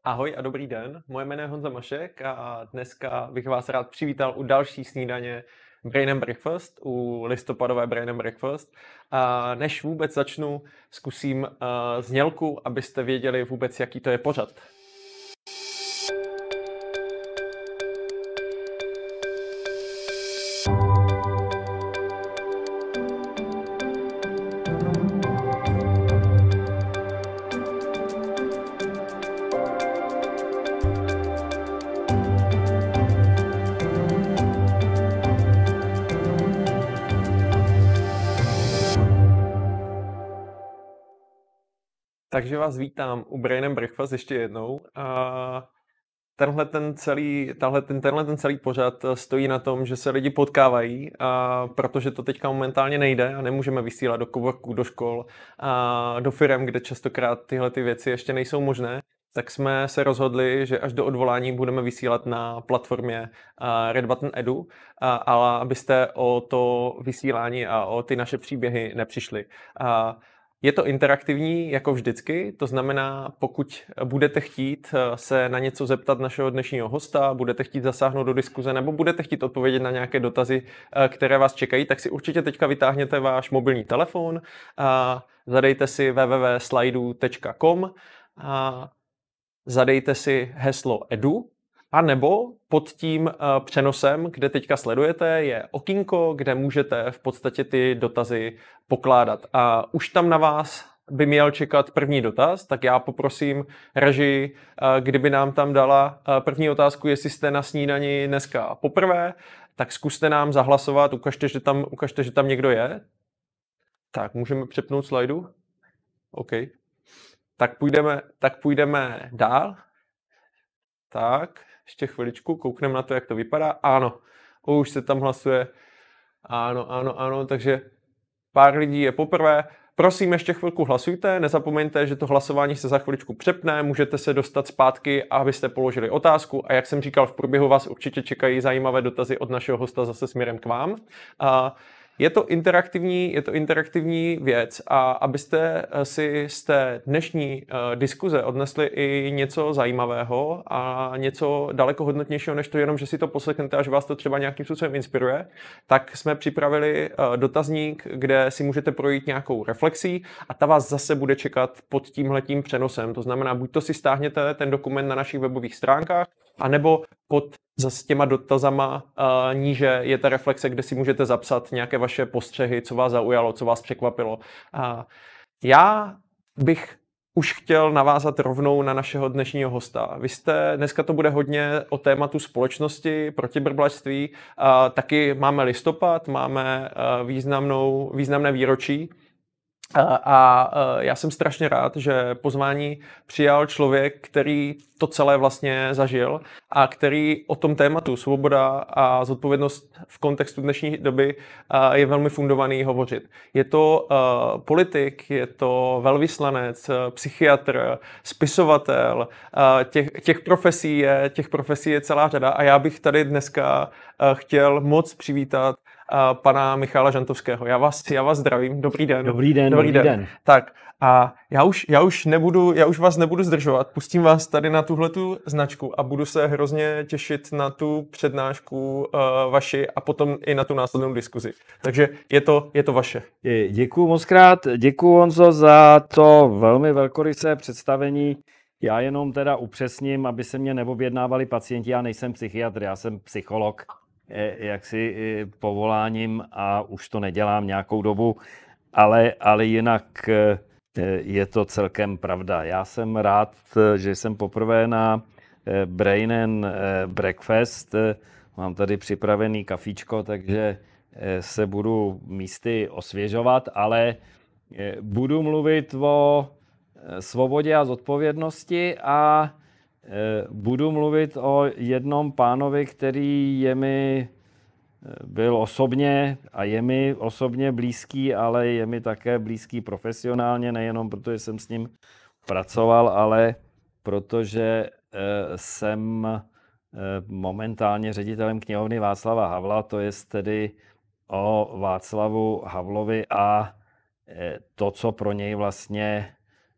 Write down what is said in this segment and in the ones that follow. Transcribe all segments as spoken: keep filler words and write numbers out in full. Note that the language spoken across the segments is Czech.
Ahoj a dobrý den, moje jméno je Honza Mašek a dneska bych vás rád přivítal u další snídaně Brain and Breakfast, u listopadové Brain and Breakfast. A než vůbec začnu, zkusím uh, znělku, abyste věděli vůbec, jaký to je pořad. Takže vás vítám u Brain and Breakfast ještě jednou. A tenhle ten celý, tahle, ten, tenhle ten celý pořad stojí na tom, že se lidi potkávají, a protože to teďka momentálně nejde a nemůžeme vysílat do coworků, do škol a do firem, kde častokrát tyhle ty věci ještě nejsou možné, tak jsme se rozhodli, že až do odvolání budeme vysílat na platformě Red Button Edu, ale abyste o to vysílání a o ty naše příběhy nepřišli. A je to interaktivní jako vždycky, to znamená, pokud budete chtít se na něco zeptat našeho dnešního hosta, budete chtít zasáhnout do diskuze nebo budete chtít odpovědět na nějaké dotazy, které vás čekají, tak si určitě teďka vytáhněte váš mobilní telefon a zadejte si w w w tečka slidu tečka com a zadejte si heslo edu. A nebo pod tím přenosem, kde teďka sledujete, je okýnko, kde můžete v podstatě ty dotazy pokládat. A už tam na vás by měl čekat první dotaz, tak já poprosím režii, kdyby nám tam dala první otázku, jestli jste na snídani dneska poprvé, tak zkuste nám zahlasovat, ukažte, že tam, ukažte, že tam někdo je. Tak, můžeme přepnout slajdu? OK. Tak půjdeme, tak půjdeme dál. Tak, ještě chviličku, koukneme na to, jak to vypadá. Ano, už se tam hlasuje. Ano, ano, ano, takže pár lidí je poprvé. Prosím, ještě chvilku hlasujte, nezapomeňte, že to hlasování se za chviličku přepne, můžete se dostat zpátky, abyste položili otázku a jak jsem říkal, v průběhu vás určitě čekají zajímavé dotazy od našeho hosta zase směrem k vám. A Je to interaktivní, je to interaktivní věc a abyste si z té dnešní uh, diskuze odnesli i něco zajímavého a něco daleko hodnotnějšího, než to jenom, že si to poslechnete a že vás to třeba nějakým způsobem inspiruje, tak jsme připravili uh, dotazník, kde si můžete projít nějakou reflexí a ta vás zase bude čekat pod tímhletím přenosem. To znamená, buď to si stáhněte ten dokument na našich webových stránkách, anebo pod s těma dotazama uh, níže je ta reflexe, kde si můžete zapsat nějaké vaše postřehy, co vás zaujalo, co vás překvapilo. Uh, já bych už chtěl navázat rovnou na našeho dnešního hosta. Vy jste, dneska to bude hodně o tématu společnosti, protibrblačství, uh, taky máme listopad, máme uh, významnou, významné výročí. A já jsem strašně rád, že pozvání přijal člověk, který to celé vlastně zažil a který o tom tématu svoboda a zodpovědnost v kontextu dnešní doby je velmi fundovaný hovořit. Je to politik, je to velvyslanec, psychiatr, spisovatel, těch, těch, profesí je, těch profesí je celá řada a já bych tady dneska chtěl moc přivítat pana Michala Žantovského. Já vás, já vás zdravím. Dobrý den. Dobrý den, dobrý, dobrý den. den. Tak a já už, já už nebudu, já už vás nebudu zdržovat. Pustím vás tady na tuhletu značku a budu se hrozně těšit na tu přednášku uh, vaši a potom i na tu následnou diskuzi. Takže je to, je to vaše. Děkuju moc krát. Děkuju, Honzo, za to velmi velkorysé představení. Já jenom teda upřesním, aby se mě neobjednávali pacienti. Já nejsem psychiatr, já jsem psycholog. Jaksi povoláním a už to nedělám nějakou dobu, ale, ale jinak je to celkem pravda. Já jsem rád, že jsem poprvé na Brain and Breakfast. Mám tady připravený kafíčko, takže se budu místy osvěžovat, ale budu mluvit o svobodě a zodpovědnosti a budu mluvit o jednom pánovi, který je mi byl osobně a je mi osobně blízký, ale je mi také blízký profesionálně, nejenom protože jsem s ním pracoval, ale protože jsem momentálně ředitelem knihovny Václava Havla, to je tedy o Václavu Havlovi a to, co pro něj vlastně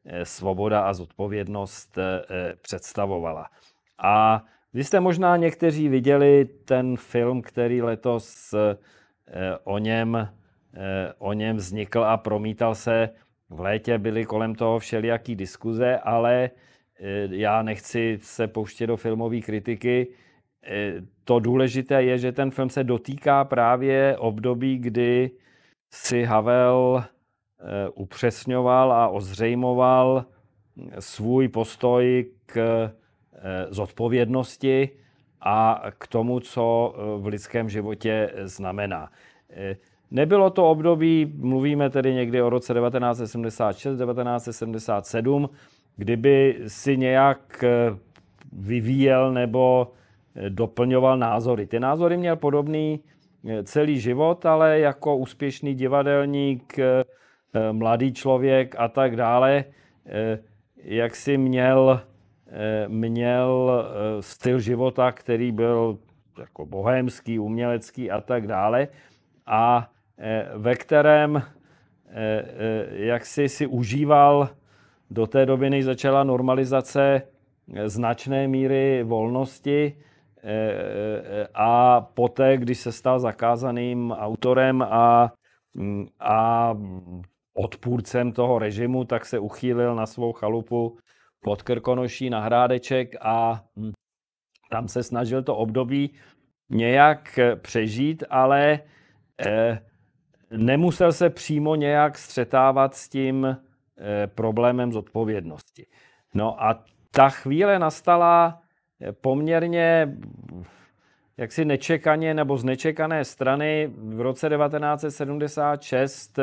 svoboda a zodpovědnost představovala. A vy jste možná někteří viděli ten film, který letos o něm, o něm vznikl a promítal se. V létě byly kolem toho všelijaký diskuze, ale já nechci se pouštět do filmové kritiky. To důležité je, že ten film se dotýká právě období, kdy si Havel upřesňoval a ozřejmoval svůj postoj k zodpovědnosti a k tomu, co v lidském životě znamená. Nebylo to období, mluvíme tedy někdy o roce devatenáct set sedmdesát šest devatenáct set sedmdesát sedm, kdyby si nějak vyvíjel nebo doplňoval názory. Ty názory měl podobný celý život, ale jako úspěšný divadelník, mladý člověk a tak dále, jak si měl, měl styl života, který byl jako bohémský, umělecký a tak dále, a ve kterém jak si si užíval do té doby, než začala normalizace, značné míry volnosti, a poté, když se stal zakázaným autorem a, a odpůrcem toho režimu, tak se uchýlil na svou chalupu pod Krkonoší na Hrádeček a tam se snažil to období nějak přežít, ale nemusel se přímo nějak střetávat s tím problémem zodpovědnosti. No a ta chvíle nastala poměrně jaksi nečekaně nebo z nečekané strany v roce devatenáct set sedmdesát šest,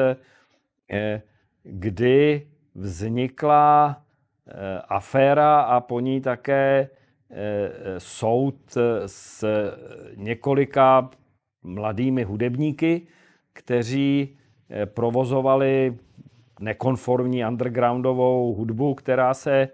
kdy vznikla aféra a po ní také soud s několika mladými hudebníky, kteří provozovali nekonformní undergroundovou hudbu, která se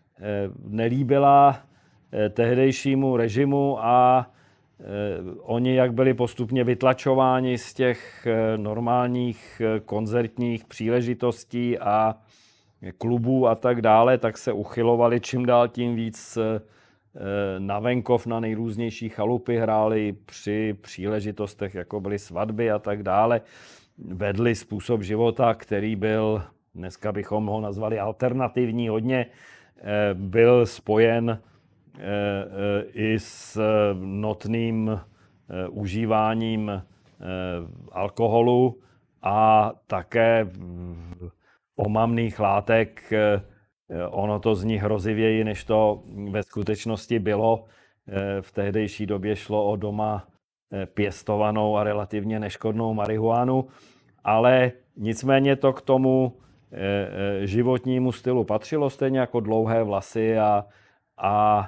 nelíbila tehdejšímu režimu, a oni, jak byli postupně vytlačováni z těch normálních koncertních příležitostí a klubů a tak dále, tak se uchylovali čím dál tím víc na venkov, na nejrůznější chalupy, hráli při příležitostech, jako byly svatby a tak dále. Vedli způsob života, který byl, dneska bychom ho nazvali alternativní hodně, byl spojen i s notným užíváním alkoholu a také omamných látek. Ono to zní hrozivěji, než to ve skutečnosti bylo. V tehdejší době šlo o doma pěstovanou a relativně neškodnou marihuanu, ale nicméně to k tomu životnímu stylu patřilo, stejně jako dlouhé vlasy a, a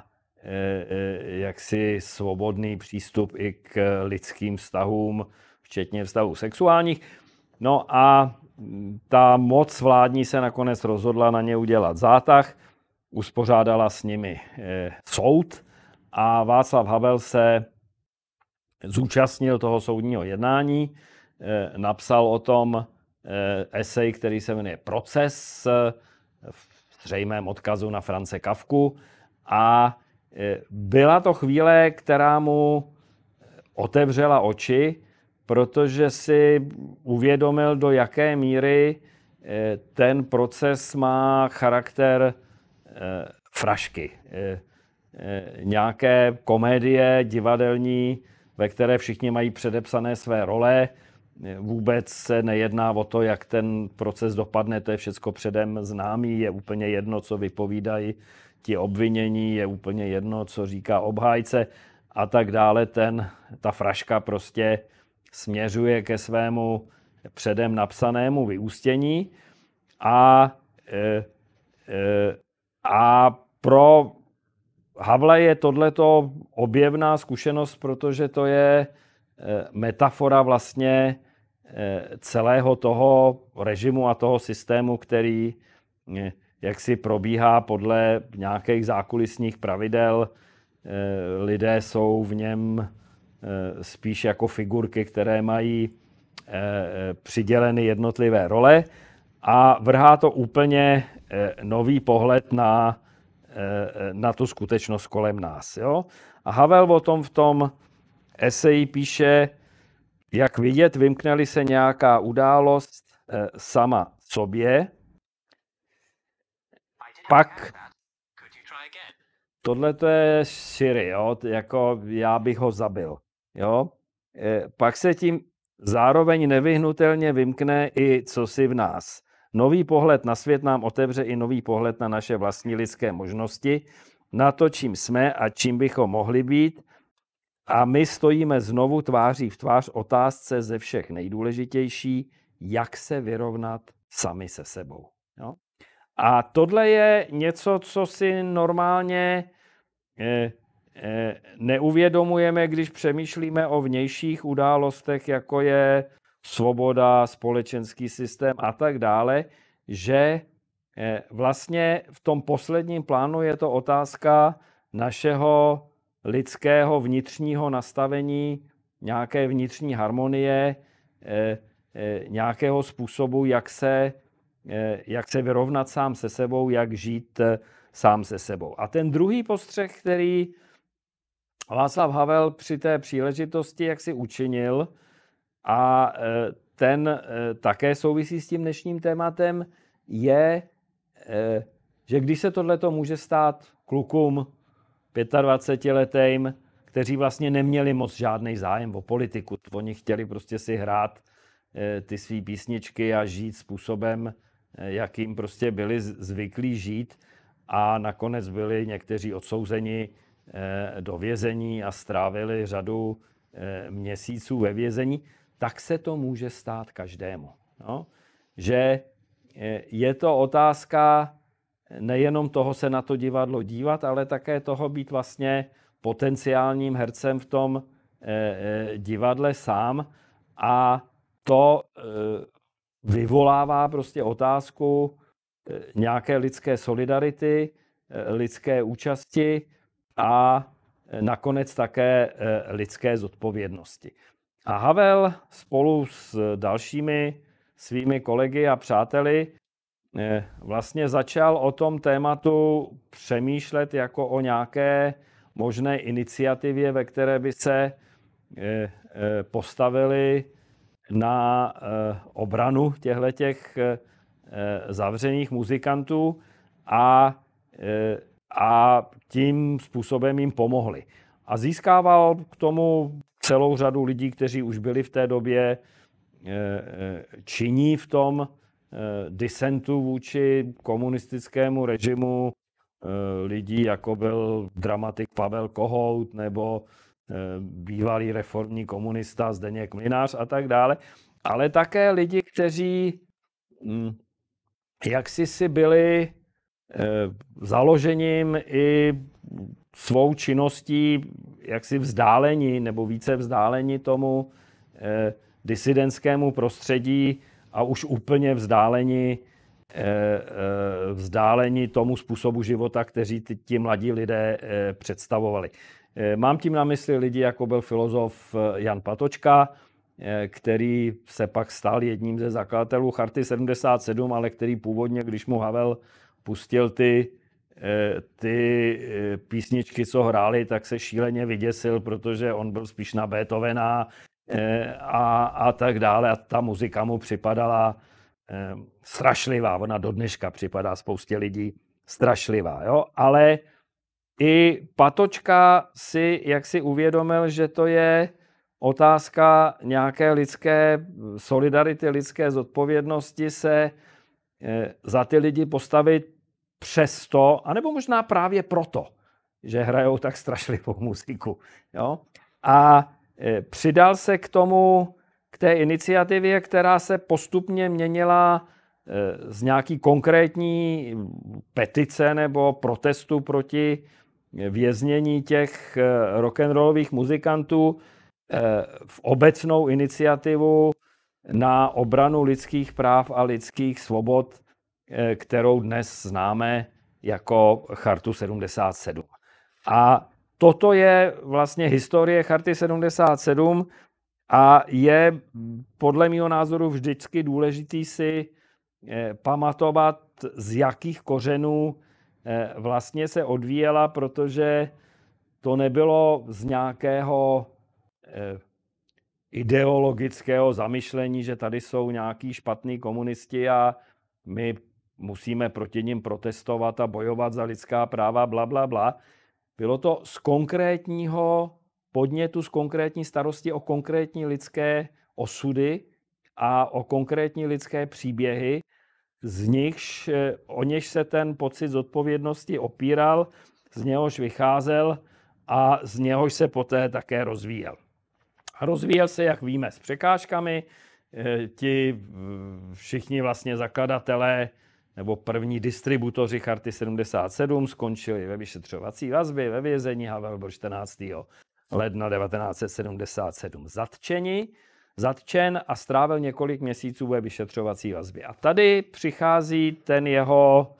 jaksi svobodný přístup i k lidským vztahům, včetně vztahů sexuálních. No a ta moc vládní se nakonec rozhodla na ně udělat zátah, uspořádala s nimi soud a Václav Havel se zúčastnil toho soudního jednání, napsal o tom esej, který se jmenuje Proces, v zřejmém odkazu na Franze Kafku, a byla to chvíle, která mu otevřela oči, protože si uvědomil, do jaké míry ten proces má charakter frašky. Nějaké komedie divadelní, ve které všichni mají předepsané své role. Vůbec se nejedná o to, jak ten proces dopadne, to je všecko předem známý, je úplně jedno, co vypovídají ti obvinění, je úplně jedno, co říká obhájce a tak dále. Ten, ta fraška prostě směřuje ke svému předem napsanému vyústění a, e, e, a pro Havla je tohleto objevná zkušenost, protože to je metafora vlastně celého toho režimu a toho systému, který jaksi probíhá podle nějakých zákulisních pravidel. Lidé jsou v něm spíš jako figurky, které mají přiděleny jednotlivé role, a vrhá to úplně nový pohled na, na tu skutečnost kolem nás. Jo? A Havel o tom v tom eseji píše, jak vidět, vymkne-li se nějaká událost sama sobě, pak tohle to je Siri, jo? Jako já bych ho zabil. Jo? Pak se tím zároveň nevyhnutelně vymkne i cosi v nás. Nový pohled na svět nám otevře i nový pohled na naše vlastní lidské možnosti, na to, čím jsme a čím bychom mohli být. A my stojíme znovu tváří v tvář otázce ze všech nejdůležitější, jak se vyrovnat sami se sebou. Jo? A tohle je něco, co si normálně eh, eh, neuvědomujeme, když přemýšlíme o vnějších událostech, jako je svoboda, společenský systém a tak dále, že eh, vlastně v tom posledním plánu je to otázka našeho lidského vnitřního nastavení, nějaké vnitřní harmonie, eh, eh, nějakého způsobu, jak se jak se vyrovnat sám se sebou, jak žít sám se sebou. A ten druhý postřeh, který Václav Havel při té příležitosti jak si učinil, a ten také souvisí s tím dnešním tématem, je, že když se tohleto může stát klukům dvacetiletým, kteří vlastně neměli moc žádný zájem o politiku, oni chtěli prostě si hrát ty svý písničky a žít způsobem, jakým prostě byli zvyklí žít, a nakonec byli někteří odsouzeni do vězení a strávili řadu měsíců ve vězení, tak se to může stát každému. No? Že je to otázka nejenom toho se na to divadlo dívat, ale také toho být vlastně potenciálním hercem v tom divadle sám, a to vyvolává prostě otázku nějaké lidské solidarity, lidské účasti a nakonec také lidské zodpovědnosti. A Havel spolu s dalšími svými kolegy a přáteli vlastně začal o tom tématu přemýšlet jako o nějaké možné iniciativě, ve které by se postavili na obranu těchto zavřených muzikantů a, a tím způsobem jim pomohli. A získával k tomu celou řadu lidí, kteří už byli v té době činní v tom disentu vůči komunistickému režimu, lidí, jako byl dramatik Pavel Kohout nebo bývalý reformní komunista Zdeněk Mlynář a tak dále, ale také lidi, kteří jaksi si byli založením i svou činností jaksi vzdáleni nebo více vzdáleni tomu disidentskému prostředí a už úplně vzdáleni, vzdáleni tomu způsobu života, kteří ti mladí lidé představovali. Mám tím na mysli lidi, jako byl filozof Jan Patočka, který se pak stal jedním ze zakladatelů Charty sedmdesát sedm, ale který původně, když mu Havel pustil ty, ty písničky, co hráli, tak se šíleně vyděsil, protože on byl spíš na Beethovena a, a tak dále. A ta muzika mu připadala strašlivá. Ona do dneška připadá spoustě lidí strašlivá. Jo? Ale i Patočka si jak si uvědomil, že to je otázka nějaké lidské solidarity, lidské zodpovědnosti se za ty lidi postavit přesto, anebo možná právě proto, že hrajou tak strašlivou muziku. Jo? A přidal se k tomu, k té iniciativě, která se postupně měnila z nějaký konkrétní petice nebo protestu proti věznění těch rock'n'rollových muzikantů v obecnou iniciativu na obranu lidských práv a lidských svobod, kterou dnes známe jako Chartu sedmdesát sedm. A toto je vlastně historie Charty sedmdesát sedm a je podle mého názoru vždycky důležitý si pamatovat z jakých kořenů vlastně se odvíjela, protože to nebylo z nějakého ideologického zamyšlení, že tady jsou nějaký špatný komunisti a my musíme proti nim protestovat a bojovat za lidská práva, bla, bla, bla. Bylo to z konkrétního podnětu, z konkrétní starosti o konkrétní lidské osudy a o konkrétní lidské příběhy, z nichž, o něž se ten pocit zodpovědnosti opíral, z něhož vycházel a z něhož se poté také rozvíjel. A rozvíjel se, jak víme, s překážkami. Ti všichni vlastně zakladatelé nebo první distributoři Charty sedmdesát sedm skončili ve vyšetřovací vazbě, ve vězení. Havel byl čtrnáctého ledna devatenáct set sedmdesát sedm zatčeni, zatčen a strávil několik měsíců ve vyšetřovací vazbě. A tady přichází ten jeho,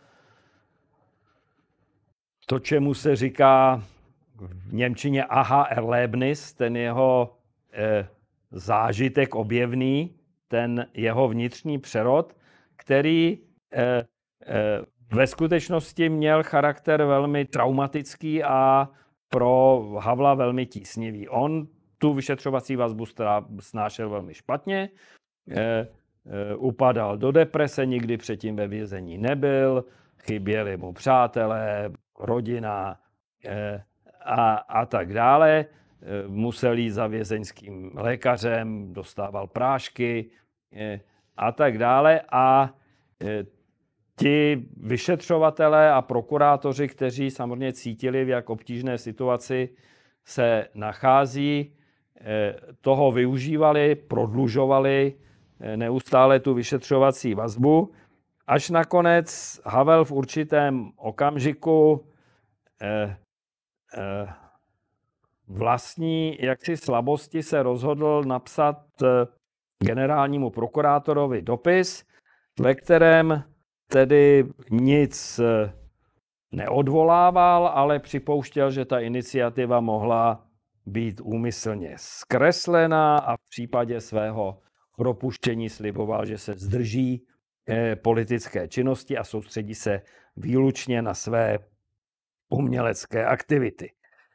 to, čemu se říká v němčině aha erlebnis, ten jeho eh, zážitek objevný, ten jeho vnitřní přerod, který eh, eh, ve skutečnosti měl charakter velmi traumatický a pro Havla velmi tísnivý. On tu vyšetřovací vazbu snášel velmi špatně, eh, eh, upadal do deprese, nikdy předtím ve vězení nebyl, chyběli mu přátelé, rodina eh, a, a tak dále. Musel jít za vězeňským lékařem, dostával prášky a tak dále. A ti vyšetřovatelé a prokurátoři, kteří samozřejmě cítili, v jak obtížné situaci se nachází, toho využívali, prodlužovali neustále tu vyšetřovací vazbu, až nakonec Havel v určitém okamžiku eh, eh, vlastní jaksi slabosti se rozhodl napsat generálnímu prokurátorovi dopis, ve kterém tedy nic neodvolával, ale připouštěl, že ta iniciativa mohla být úmyslně zkreslená a v případě svého propuštění sliboval, že se zdrží politické činnosti a soustředí se výlučně na své umělecké aktivity.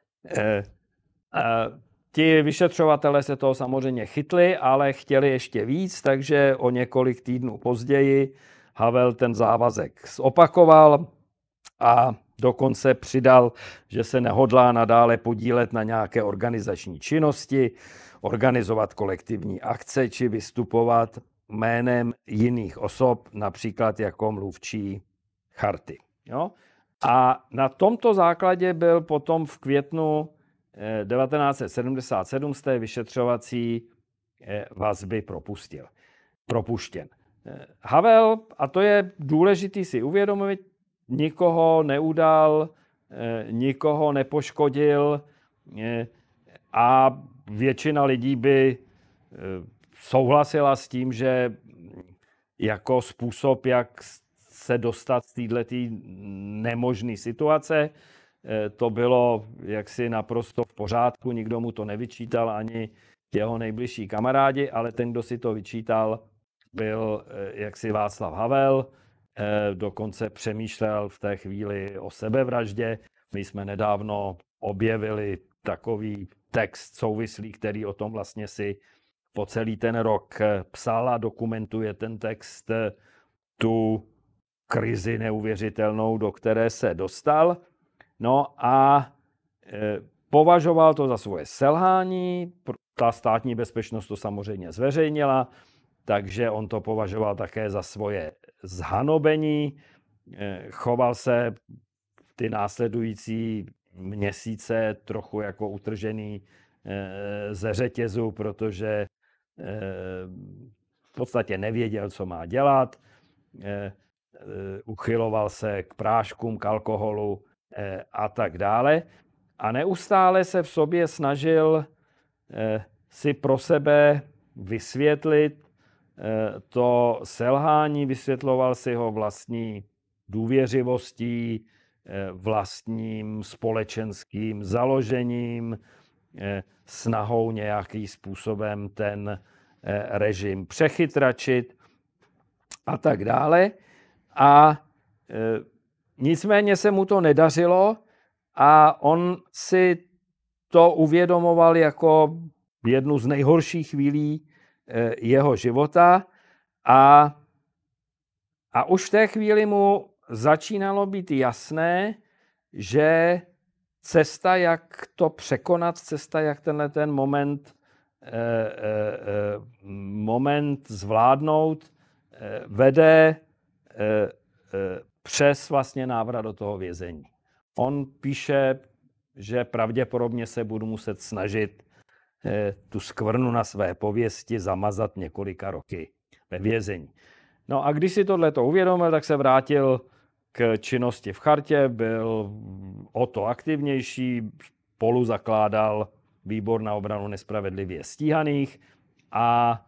Ti vyšetřovatelé se toho samozřejmě chytli, ale chtěli ještě víc, takže o několik týdnů později Havel ten závazek zopakoval a dokonce přidal, že se nehodlá nadále podílet na nějaké organizační činnosti, organizovat kolektivní akce či vystupovat jménem jiných osob, například jako mluvčí charty. Jo? A na tomto základě byl potom v květnu devatenáct set sedmdesát sedm z té vyšetřovací vazby propustil, propuštěn. Havel, a to je důležitý si uvědomit, nikoho neudal, nikoho nepoškodil a většina lidí by souhlasila s tím, že jako způsob, jak se dostat z této nemožné situace, to bylo jaksi naprosto v pořádku, nikdo mu to nevyčítal, ani jeho nejbližší kamarádi, ale ten, kdo si to vyčítal, byl jaksi Václav Havel, dokonce přemýšlel v té chvíli o sebevraždě. My jsme nedávno objevili takový text souvislý, který o tom vlastně si po celý ten rok psal a dokumentuje ten text tu krizi neuvěřitelnou, do které se dostal. No a e, považoval to za svoje selhání, ta státní bezpečnost to samozřejmě zveřejnila, takže on to považoval také za svoje zhanobení, e, choval se ty následující měsíce trochu jako utržený e, ze řetězu, protože e, v podstatě nevěděl, co má dělat, e, e, uchyloval se k práškům, k alkoholu, a tak dále. A neustále se v sobě snažil si pro sebe vysvětlit to selhání, vysvětloval si ho vlastní důvěřivostí, vlastním společenským založením, snahou nějakým způsobem ten režim přechytračit a tak dále. A Nicméně se mu to nedařilo a on si to uvědomoval jako jednu z nejhorších chvílí jeho života a, a už v té chvíli mu začínalo být jasné, že cesta, jak to překonat, cesta, jak tenhle ten moment, eh, eh, moment zvládnout, eh, vede eh, eh, přes vlastně návrat do toho vězení. On píše, že pravděpodobně se budu muset snažit eh, tu skvrnu na své pověsti zamazat několika roky ve vězení. No a když si tohleto uvědomil, tak se vrátil k činnosti v Chartě, byl o to aktivnější, spolu zakládal výbor na obranu nespravedlivě stíhaných a,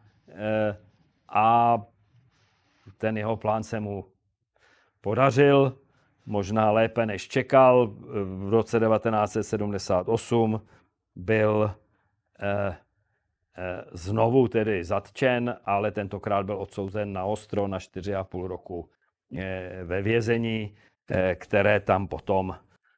a ten jeho plán se mu podařil, možná lépe než čekal. V roce devatenáct set sedmdesát osm byl eh, eh, znovu tedy zatčen, ale tentokrát byl odsouzen na ostro na čtyři a půl roku ve vězení, které tam potom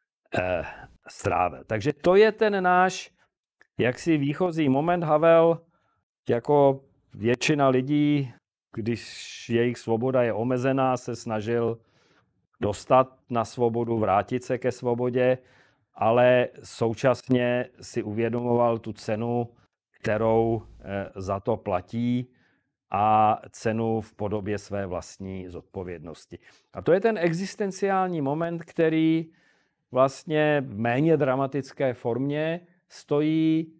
strávil. Takže to je ten náš jaksi výchozí moment. Havel, jako většina lidí, když jejich svoboda je omezená, se snažil dostat na svobodu, vrátit se ke svobodě, ale současně si uvědomoval tu cenu, kterou za to platí, a cenu v podobě své vlastní zodpovědnosti. A to je ten existenciální moment, který vlastně v méně dramatické formě stojí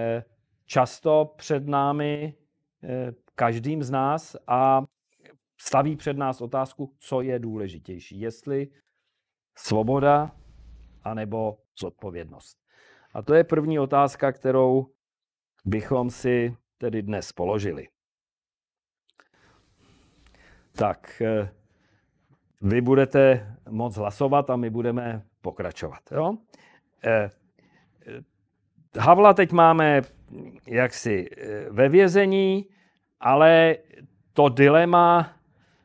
často před námi, každým z nás, a staví před nás otázku, co je důležitější, jestli svoboda anebo zodpovědnost. A to je první otázka, kterou bychom si tedy dnes položili. Tak, vy budete moct hlasovat a my budeme pokračovat. Jo? Havla teď máme jaksi ve vězení, ale to dilema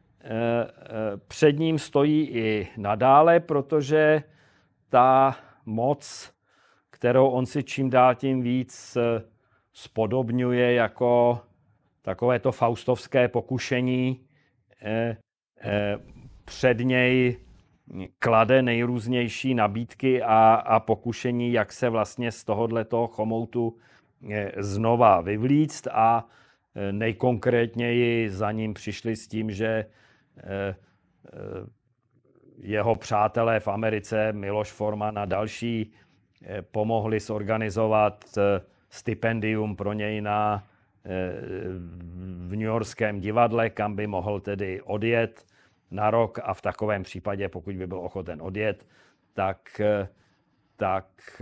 před ním stojí i nadále, protože ta moc, kterou on si čím dál tím víc spodobňuje jako takové to faustovské pokušení, před něj klade nejrůznější nabídky a, a pokušení, jak se vlastně z tohoto chomoutu znova vyvlíct, a nejkonkrétněji za ním přišli s tím, že jeho přátelé v Americe, Miloš Forman a další, pomohli zorganizovat stipendium pro něj na v newyorském divadle, kam by mohl tedy odjet na rok, a v takovém případě, pokud by byl ochoten odjet, tak, tak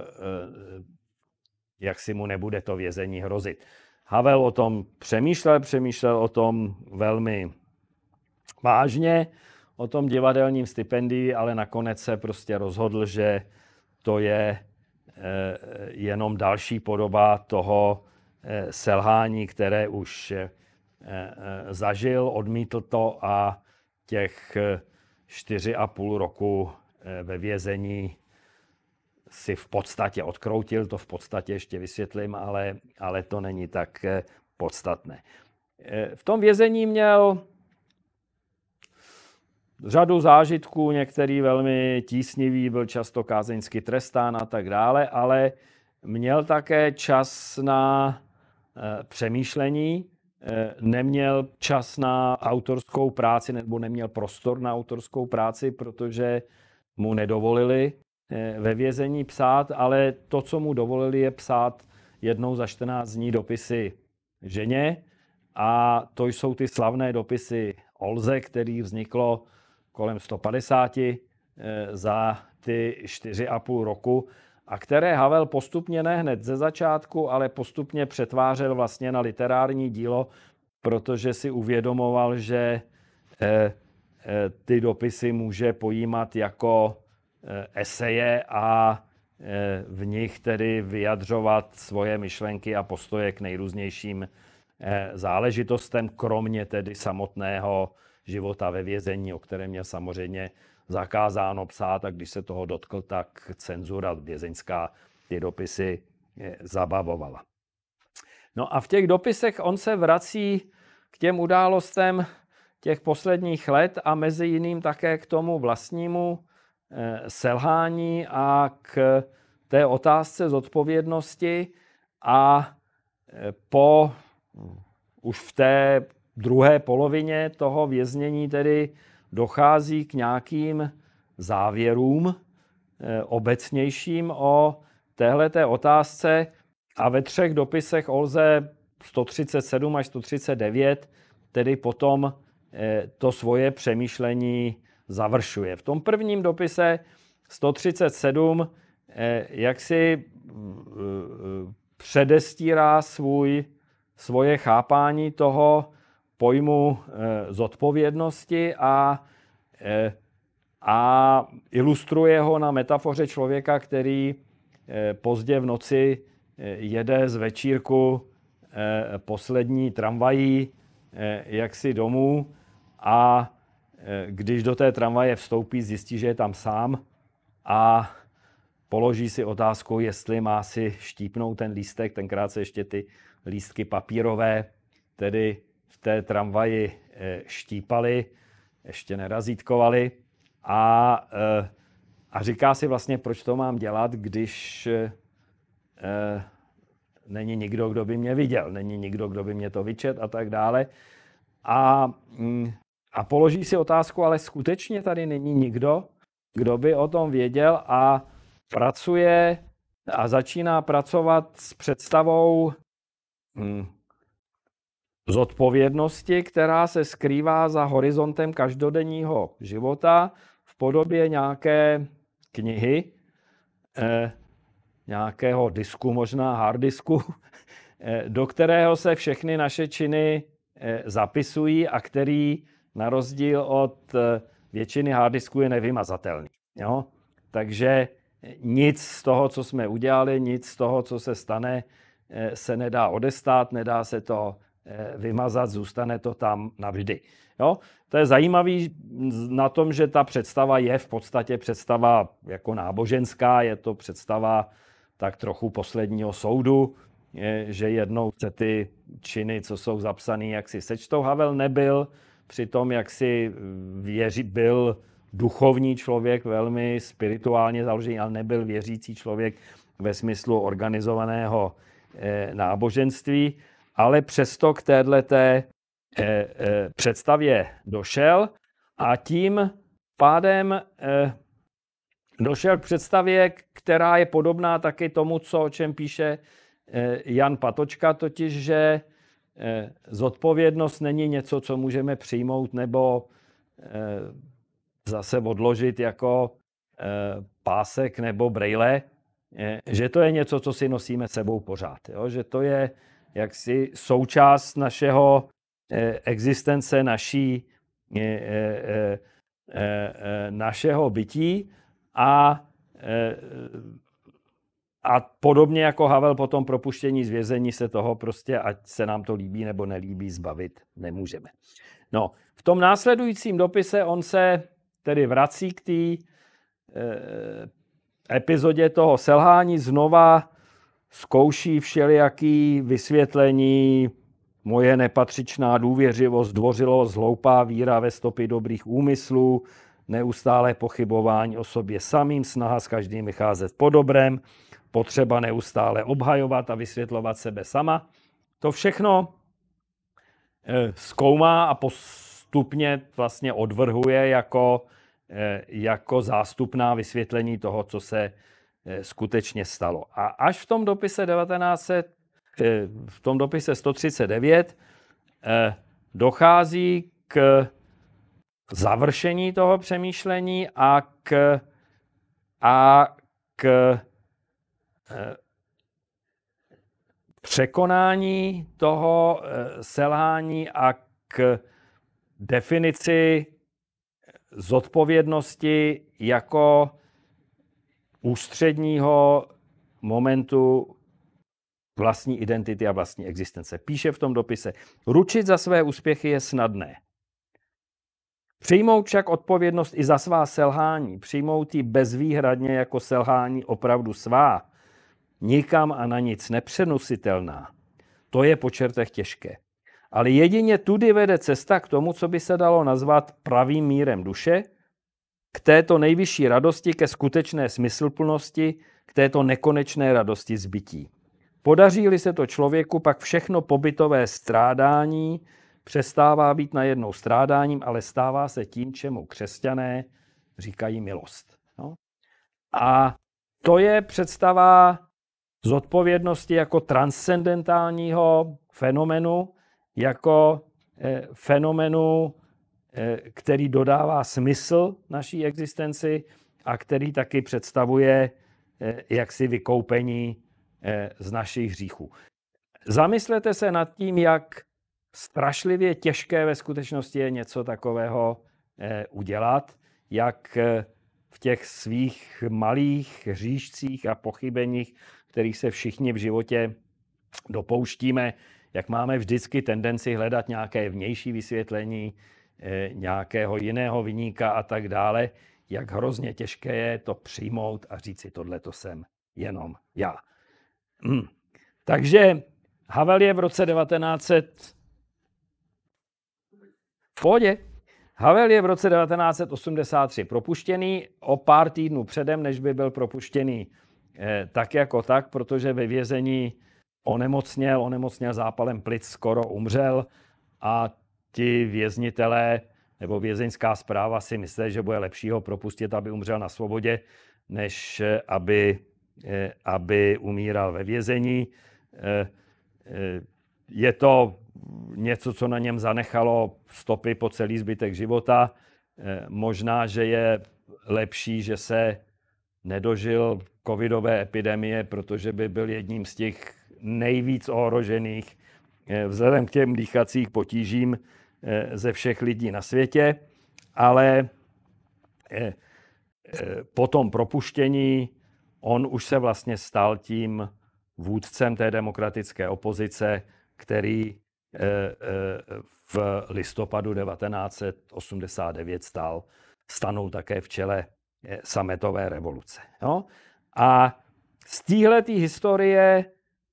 jak si mu nebude to vězení hrozit. Havel o tom přemýšlel, přemýšlel o tom velmi vážně, o tom divadelním stipendii, ale nakonec se prostě rozhodl, že to je jenom další podoba toho selhání, které už zažil, odmítl to a těch čtyři a půl roku ve vězení si v podstatě odkroutil, to v podstatě ještě vysvětlím, ale, ale to není tak podstatné. V tom vězení měl řadu zážitků, některý velmi tísnivý, byl často kázeňsky trestán a tak dále, ale měl také čas na přemýšlení, neměl čas na autorskou práci nebo neměl prostor na autorskou práci, protože mu nedovolili ve vězení psát, ale to, co mu dovolili, je psát jednou za čtrnáct dní dopisy ženě, a to jsou ty slavné dopisy Olze, který vzniklo kolem sto padesát za ty čtyři a půl roku, a které Havel postupně, ne hned ze začátku, ale postupně přetvářel vlastně na literární dílo, protože si uvědomoval, že ty dopisy může pojímat jako eseje a v nich tedy vyjadřovat svoje myšlenky a postoje k nejrůznějším záležitostem, kromě tedy samotného života ve vězení, o kterém měl samozřejmě zakázáno psát, a když se toho dotkl, tak cenzura vězeňská ty dopisy zabavovala. No a v těch dopisech on se vrací k těm událostem těch posledních let a mezi jiným také k tomu vlastnímu selhání a k té otázce zodpovědnosti, a po už v té druhé polovině toho věznění tedy dochází k nějakým závěrům obecnějším o téhleté otázce a ve třech dopisech Olze sto třicet sedm až sto třicet devět tedy potom to svoje přemýšlení završuje. V tom prvním dopise sto třicet sedm jak si předestírá svůj, svoje chápání toho pojmu zodpovědnosti a, a ilustruje ho na metafoře člověka, který pozdě v noci jede z večírku poslední tramvají jaksi domů a když do té tramvaje vstoupí, zjistí, že je tam sám a položí si otázku, jestli má si štípnout ten lístek. Tenkrát se ještě ty lístky papírové tedy v té tramvaji štípaly, ještě nerazítkovaly a, a říká si vlastně, proč to mám dělat, když není nikdo, kdo by mě viděl, není nikdo, kdo by mě to vyčet a tak dále. A, a položí si otázku, ale skutečně tady není nikdo, kdo by o tom věděl, a pracuje a začíná pracovat s představou hm, zodpovědnosti, která se skrývá za horizontem každodenního života v podobě nějaké knihy, eh, nějakého disku, možná harddisku, eh, do kterého se všechny naše činy eh, zapisují a který na rozdíl od eh, většiny harddisků je nevymazatelný. Jo? Takže nic z toho, co jsme udělali, nic z toho, co se stane, se nedá odestát, nedá se to vymazat, zůstane to tam navždy. Jo? To je zajímavé na tom, že ta představa je v podstatě představa jako náboženská, je to představa tak trochu posledního soudu, je, že jednou se ty činy, co jsou zapsané, jak si sečtou. Havel nebyl při tom, jak si věří, byl duchovní člověk, velmi spirituálně založený, ale nebyl věřící člověk ve smyslu organizovaného eh, náboženství, ale přesto k téhleté eh, eh, představě došel a tím pádem eh, došel k představě, která je podobná taky tomu, co, o čem píše eh, Jan Patočka, totiž, že eh, zodpovědnost není něco, co můžeme přijmout nebo eh, zase odložit jako e, pásek nebo brejle, e, že to je něco, co si nosíme sebou pořád. Jo? Že to je jaksi součást našeho e, existence, naší, e, e, e, našeho bytí a, e, a podobně jako Havel po tom propuštění z vězení se toho prostě, ať se nám to líbí nebo nelíbí, zbavit nemůžeme. No, v tom následujícím dopise on se tedy vrací k té e, epizodě toho selhání, znova zkouší všelijaký vysvětlení, moje nepatřičná důvěřivost, zdvořilost, hloupá víra ve stopy dobrých úmyslů, neustálé pochybování o sobě samým, snaha s každým vycházet po dobrém, potřeba neustále obhajovat a vysvětlovat sebe sama. To všechno e, zkoumá a postupně vlastně odvrhuje jako jako zástupná vysvětlení toho, co se skutečně stalo. A až v tom dopise devatenáct set, v tom dopise sto třicet devět dochází k završení toho přemýšlení a k, a k překonání toho selhání a k definici zodpovědnosti jako ústředního momentu vlastní identity a vlastní existence. Píše v tom dopise, ručit za své úspěchy je snadné. Přijmout však odpovědnost i za svá selhání, přijmout ji bezvýhradně jako selhání opravdu svá, nikam a na nic nepřenositelná, to je po čertech těžké. Ale jedině tudy vede cesta k tomu, co by se dalo nazvat pravým mírem duše, k této nejvyšší radosti, ke skutečné smysluplnosti, k této nekonečné radosti z bytí. Podaří-li se to člověku, pak všechno pobytové strádání přestává být najednou strádáním, ale stává se tím, čemu křesťané říkají milost. No? A to je představa zodpovědnosti jako transcendentálního fenomenu, jako eh, fenomenu, eh, který dodává smysl naší existenci a který taky představuje eh, jaksi vykoupení eh, z našich hříchů. Zamyslete se nad tím, jak strašlivě těžké ve skutečnosti je něco takového eh, udělat, jak eh, v těch svých malých hříšcích a pochybeních, kterých se všichni v životě dopouštíme, jak máme vždycky tendenci hledat nějaké vnější vysvětlení, eh, nějakého jiného viníka a tak dále, jak hrozně těžké je to přijmout a říct si, tohle to jsem jenom já. Hmm. Takže Havel je v roce devatenáct set v pohodě. Havel je v roce devatenáct set osmdesát tři propuštěný o pár týdnů předem, než by byl propuštěný eh, tak jako tak, protože ve vězení onemocněl, onemocněl zápalem plic, skoro umřel a ti věznitelé nebo vězeňská správa si myslí, že bude lepší ho propustit, aby umřel na svobodě, než eh, aby, eh, aby umíral ve vězení. Eh, eh, je to něco, co na něm zanechalo stopy po celý zbytek života. Možná, že je lepší, že se nedožil covidové epidemie, protože by byl jedním z těch nejvíc ohrožených vzhledem k těm dýchacích potížím ze všech lidí na světě. Ale po tom propuštění on už se vlastně stal tím vůdcem té demokratické opozice, který v listopadu devatenáct set osmdesát devět stal, stanul také v čele sametové revoluce. Jo? A z téhleté historie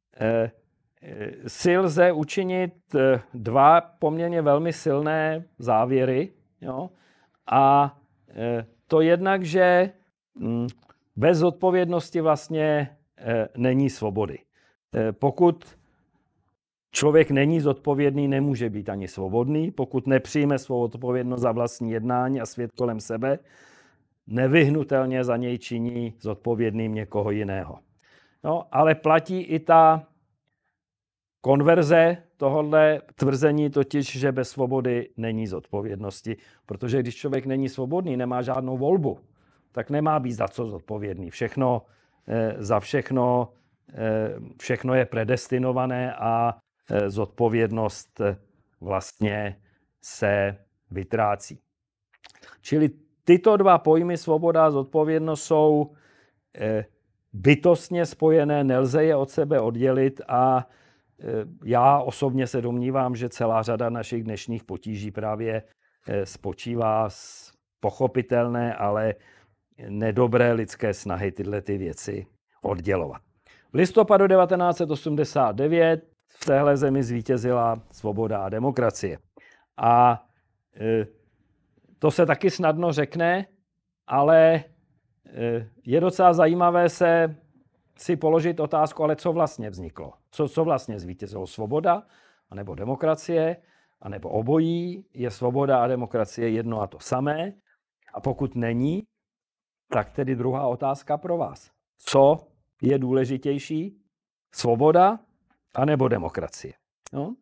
si lze učinit dva poměrně velmi silné závěry. Jo? A to jednak, že bez zodpovědnosti vlastně není svobody. Pokud člověk není zodpovědný, nemůže být ani svobodný. Pokud nepřijme svou odpovědnost za vlastní jednání a svět kolem sebe, nevyhnutelně za něj činí zodpovědným někoho jiného. No, ale platí i ta konverze tohohle tvrzení, totiž, že bez svobody není zodpovědnosti. Protože když člověk není svobodný, nemá žádnou volbu, tak nemá být za co zodpovědný. Všechno, eh, za všechno, eh, všechno je predestinované a zodpovědnost vlastně se vytrácí. Čili tyto dva pojmy, svoboda a zodpovědnost, jsou bytostně spojené, nelze je od sebe oddělit a já osobně se domnívám, že celá řada našich dnešních potíží právě spočívá z pochopitelné, ale nedobré lidské snahy tyhle ty věci oddělovat. V listopadu devatenáct set osmdesát devět v téhle zemi zvítězila svoboda a demokracie. A to se taky snadno řekne, ale je docela zajímavé se si položit otázku, ale co vlastně vzniklo? Co, co vlastně zvítězilo? Svoboda anebo demokracie? A nebo obojí? Je svoboda a demokracie jedno a to samé? A pokud není, tak tedy druhá otázka pro vás. Co je důležitější? Svoboda anebo demokracie? No?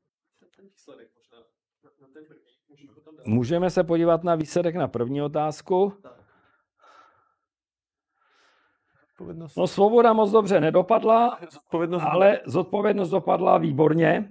Můžeme se podívat na výsledek na první otázku. No, svoboda moc dobře nedopadla, zodpovědnost ale zodpovědnost dopadla výborně.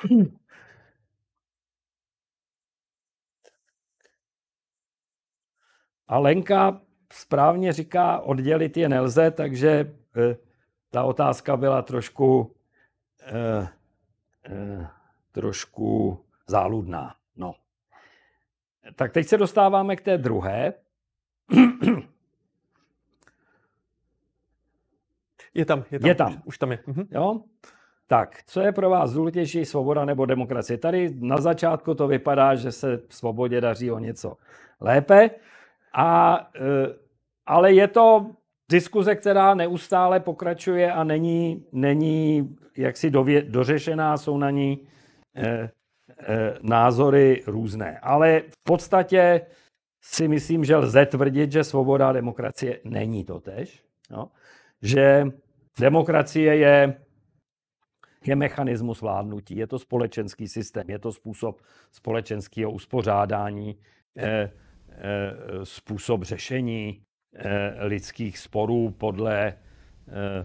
A Lenka správně říká, oddělit je nelze, takže eh, ta otázka byla trošku, eh, eh, trošku záludná. No. tak teď se dostáváme k té druhé. Je tam, je tam. Je tam. Už, už tam je. Mhm. Jo? Tak, co je pro vás důležitější, svoboda nebo demokracie? Tady na začátku to vypadá, že se svobodě daří o něco lépe, a, ale je to diskuze, která neustále pokračuje a není, není jaksi dově, dořešená, jsou na ní eh, eh, názory různé. Ale v podstatě si myslím, že lze tvrdit, že svoboda a demokracie není totéž. No? Že demokracie je, je mechanismus vládnutí, je to společenský systém, je to způsob společenského uspořádání, eh, eh, způsob řešení eh, lidských sporů. Podle eh, eh,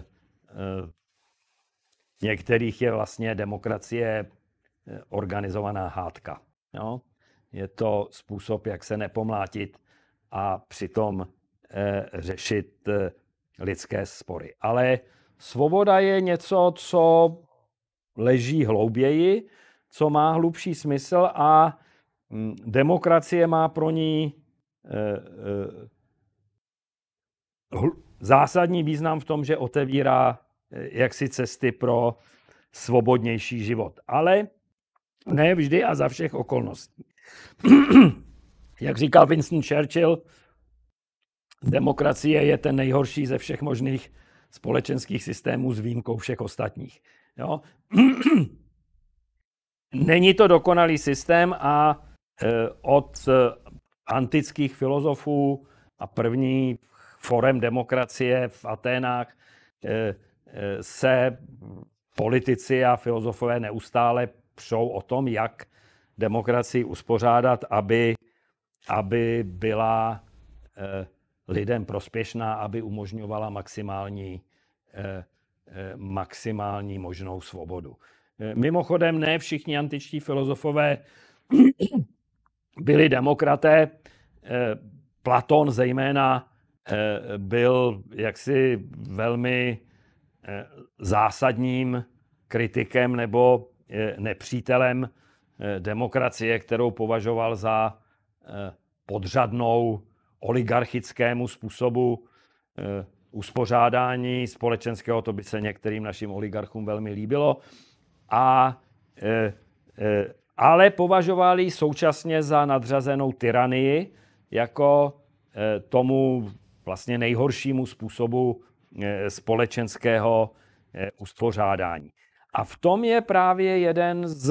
některých je vlastně demokracie organizovaná hádka. Jo? Je to způsob, jak se nepomlátit a přitom eh, řešit eh, lidské spory. Ale svoboda je něco, co leží hlouběji, co má hlubší smysl, a hm, demokracie má pro ní eh, eh, hl, zásadní význam v tom, že otevírá eh, jaksi cesty pro svobodnější život. Ale ne vždy a za všech okolností. Jak říkal Winston Churchill, demokracie je ten nejhorší ze všech možných společenských systémů s výjimkou všech ostatních. Jo? Není to dokonalý systém a od antických filozofů a první forem demokracie v Aténách se politici a filozofové neustále přou o tom, jak demokracii uspořádat, aby, aby byla eh, lidem prospěšná, aby umožňovala maximální, eh, eh, maximální možnou svobodu. Eh, mimochodem, ne všichni antičtí filozofové byli demokraté. Eh, Platon zejména eh, byl jaksi velmi eh, zásadním kritikem nebo nepřítelem demokracie, kterou považoval za podřadnou oligarchickému způsobu uspořádání společenského. To by se některým našim oligarchům velmi líbilo. A, ale považovali současně za nadřazenou tyranii jako tomu vlastně nejhoršímu způsobu společenského uspořádání. A v tom je právě jeden z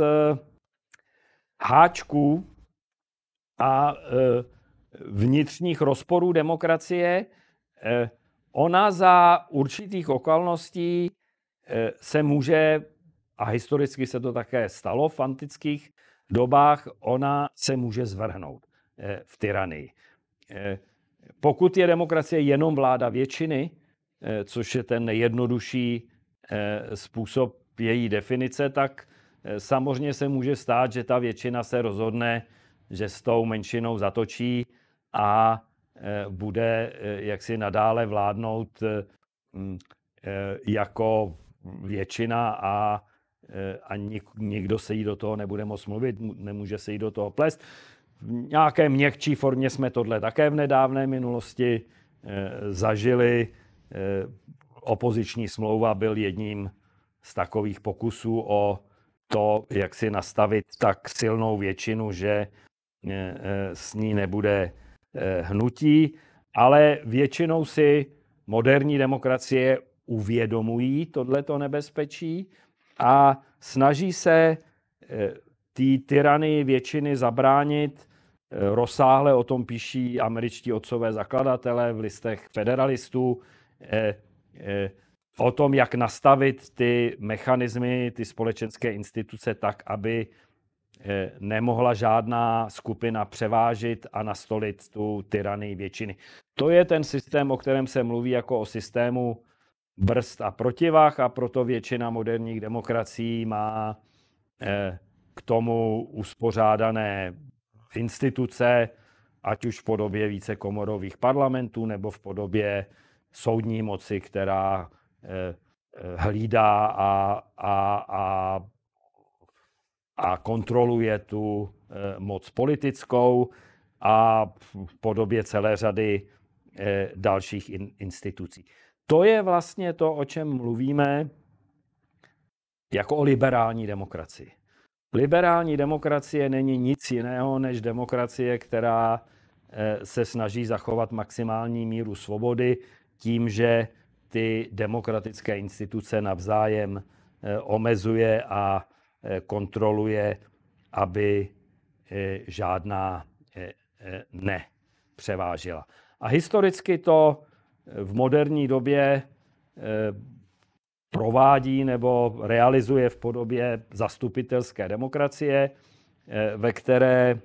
háčků a vnitřních rozporů demokracie. Ona za určitých okolností se může, a historicky se to také stalo v antických dobách, ona se může zvrhnout v tyranii. Pokud je demokracie jenom vláda většiny, což je ten nejjednodušší způsob její definice, tak samozřejmě se může stát, že ta většina se rozhodne, že s tou menšinou zatočí a bude jaksi nadále vládnout jako většina a, a nik, nikdo se jí do toho nebude moct mluvit, nemůže se jí do toho plést. V nějaké měkčí formě jsme tohle také v nedávné minulosti zažili. Opoziční smlouva byl jedním z takových pokusů o to, jak si nastavit tak silnou většinu, že s ní nebude hnutí, ale většinou si moderní demokracie uvědomují tohleto nebezpečí a snaží se té tyranii většiny zabránit. Rozsáhle o tom píší američtí otcové zakladatelé v listech federalistů, o tom, jak nastavit ty mechanismy, ty společenské instituce tak, aby nemohla žádná skupina převážit a nastolit tu tyranii většiny. To je ten systém, o kterém se mluví jako o systému brzd a protivah, a proto většina moderních demokracií má k tomu uspořádané instituce, ať už v podobě vícekomorových parlamentů nebo v podobě soudní moci, která hlídá a, a, a, a kontroluje tu moc politickou. a v podobě celé řady dalších institucí. To je vlastně to, o čem mluvíme jako o liberální demokracii. Liberální demokracie není nic jiného než demokracie, která se snaží zachovat maximální míru svobody tím, že ty demokratické instituce navzájem omezuje a kontroluje, aby žádná nepřevážila. A historicky to v moderní době provádí nebo realizuje v podobě zastupitelské demokracie, ve které,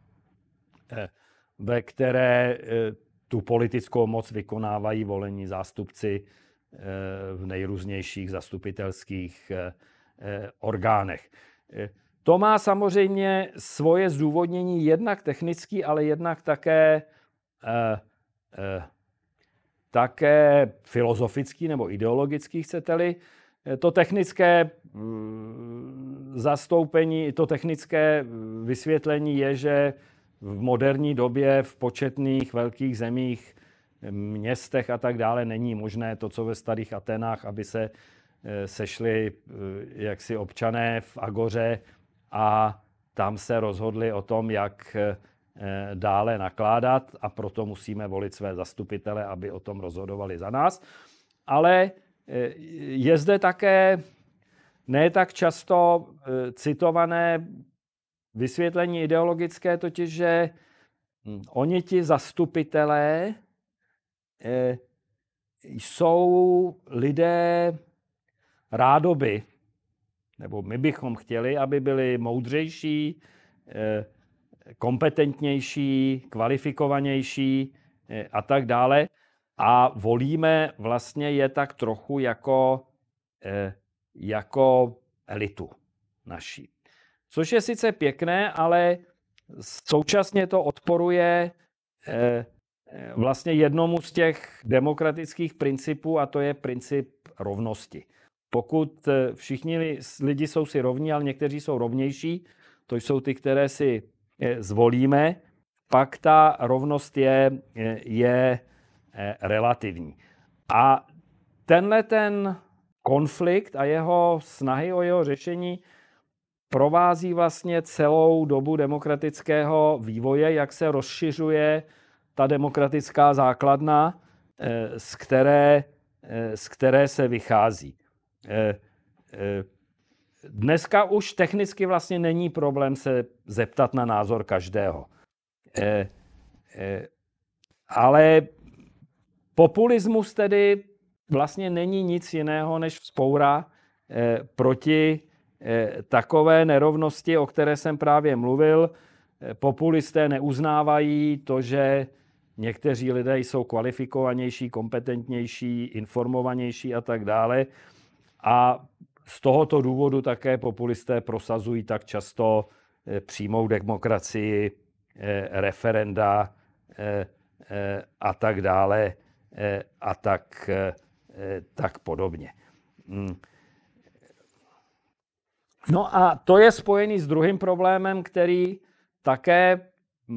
ve které tu politickou moc vykonávají volení zástupci v nejrůznějších zastupitelských orgánech. To má samozřejmě svoje zdůvodnění jednak technický, ale jednak také, také filozofický nebo ideologický, chcete-li. To technické zastoupení, to technické vysvětlení je, že v moderní době v početných velkých zemích, městech a tak dále není možné to, co ve starých Atenách, aby se sešli jaksi občané v agoře a tam se rozhodli o tom, jak dále nakládat, a proto musíme volit své zastupitele, aby o tom rozhodovali za nás. Ale je zde také ne tak často citované vysvětlení ideologické, totiž, že oni ti zastupitelé jsou lidé rádoby, nebo my bychom chtěli, aby byli moudřejší, kompetentnější, kvalifikovanější a tak dále. A volíme vlastně je tak trochu jako, jako elitu naší. Což je sice pěkné, ale současně to odporuje vlastně jednomu z těch demokratických principů, a to je princip rovnosti. Pokud všichni lidi jsou si rovní, ale někteří jsou rovnější, to jsou ty, které si zvolíme, pak ta rovnost je, je relativní. A tenhle ten konflikt a jeho snahy o jeho řešení provází vlastně celou dobu demokratického vývoje, jak se rozšiřuje ta demokratická základna, z které, z které se vychází. Dneska už technicky vlastně není problém se zeptat na názor každého. Ale populismus tedy vlastně není nic jiného než vzpoura proti takové nerovnosti, o které jsem právě mluvil. Populisté neuznávají to, že někteří lidé jsou kvalifikovanější, kompetentnější, informovanější a tak dále. A z tohoto důvodu také populisté prosazují tak často přímou demokracii, referenda a tak dále a tak, tak podobně. No a to je spojený s druhým problémem, který také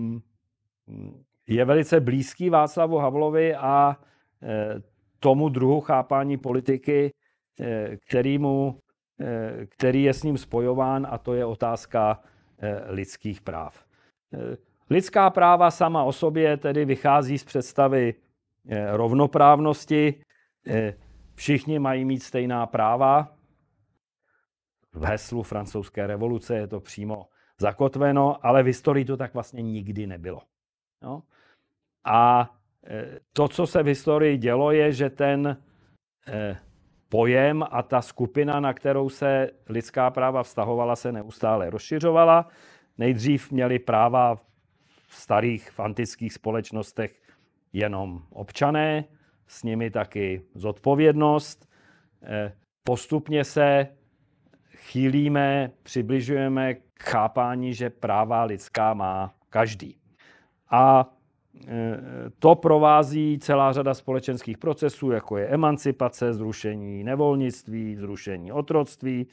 je velice blízký Václavu Havlovi a tomu druhu chápání politiky, kterýmu, který je s ním spojován, a to je otázka lidských práv. Lidská práva sama o sobě tedy vychází z představy rovnoprávnosti. Všichni mají mít stejná práva. V heslu francouzské revoluce je to přímo zakotveno, ale v historii to tak vlastně nikdy nebylo. No? A to, co se v historii dělo, je, že ten pojem a ta skupina, na kterou se lidská práva vztahovala, se neustále rozšiřovala. Nejdřív měli práva v starých v antických společnostech jenom občané, s nimi taky zodpovědnost. Postupně se chýlíme, přibližujeme k chápání, že práva lidská má každý. A to provází celá řada společenských procesů, jako je emancipace, zrušení nevolnictví, zrušení otroctví,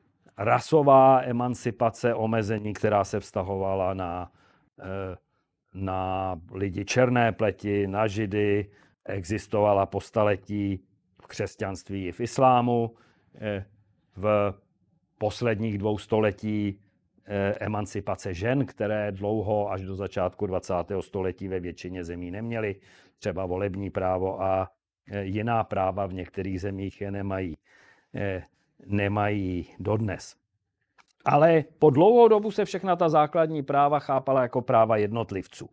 rasová emancipace, omezení, která se vztahovala na, na lidi černé pleti, na židy, existovala po staletí v křesťanství i v islámu. V posledních dvou století emancipace žen, které dlouho až do začátku dvacátého století ve většině zemí neměly, třeba volební právo a jiná práva v některých zemích je nemají, nemají dodnes. Ale po dlouhou dobu se všechna ta základní práva chápala jako práva jednotlivců.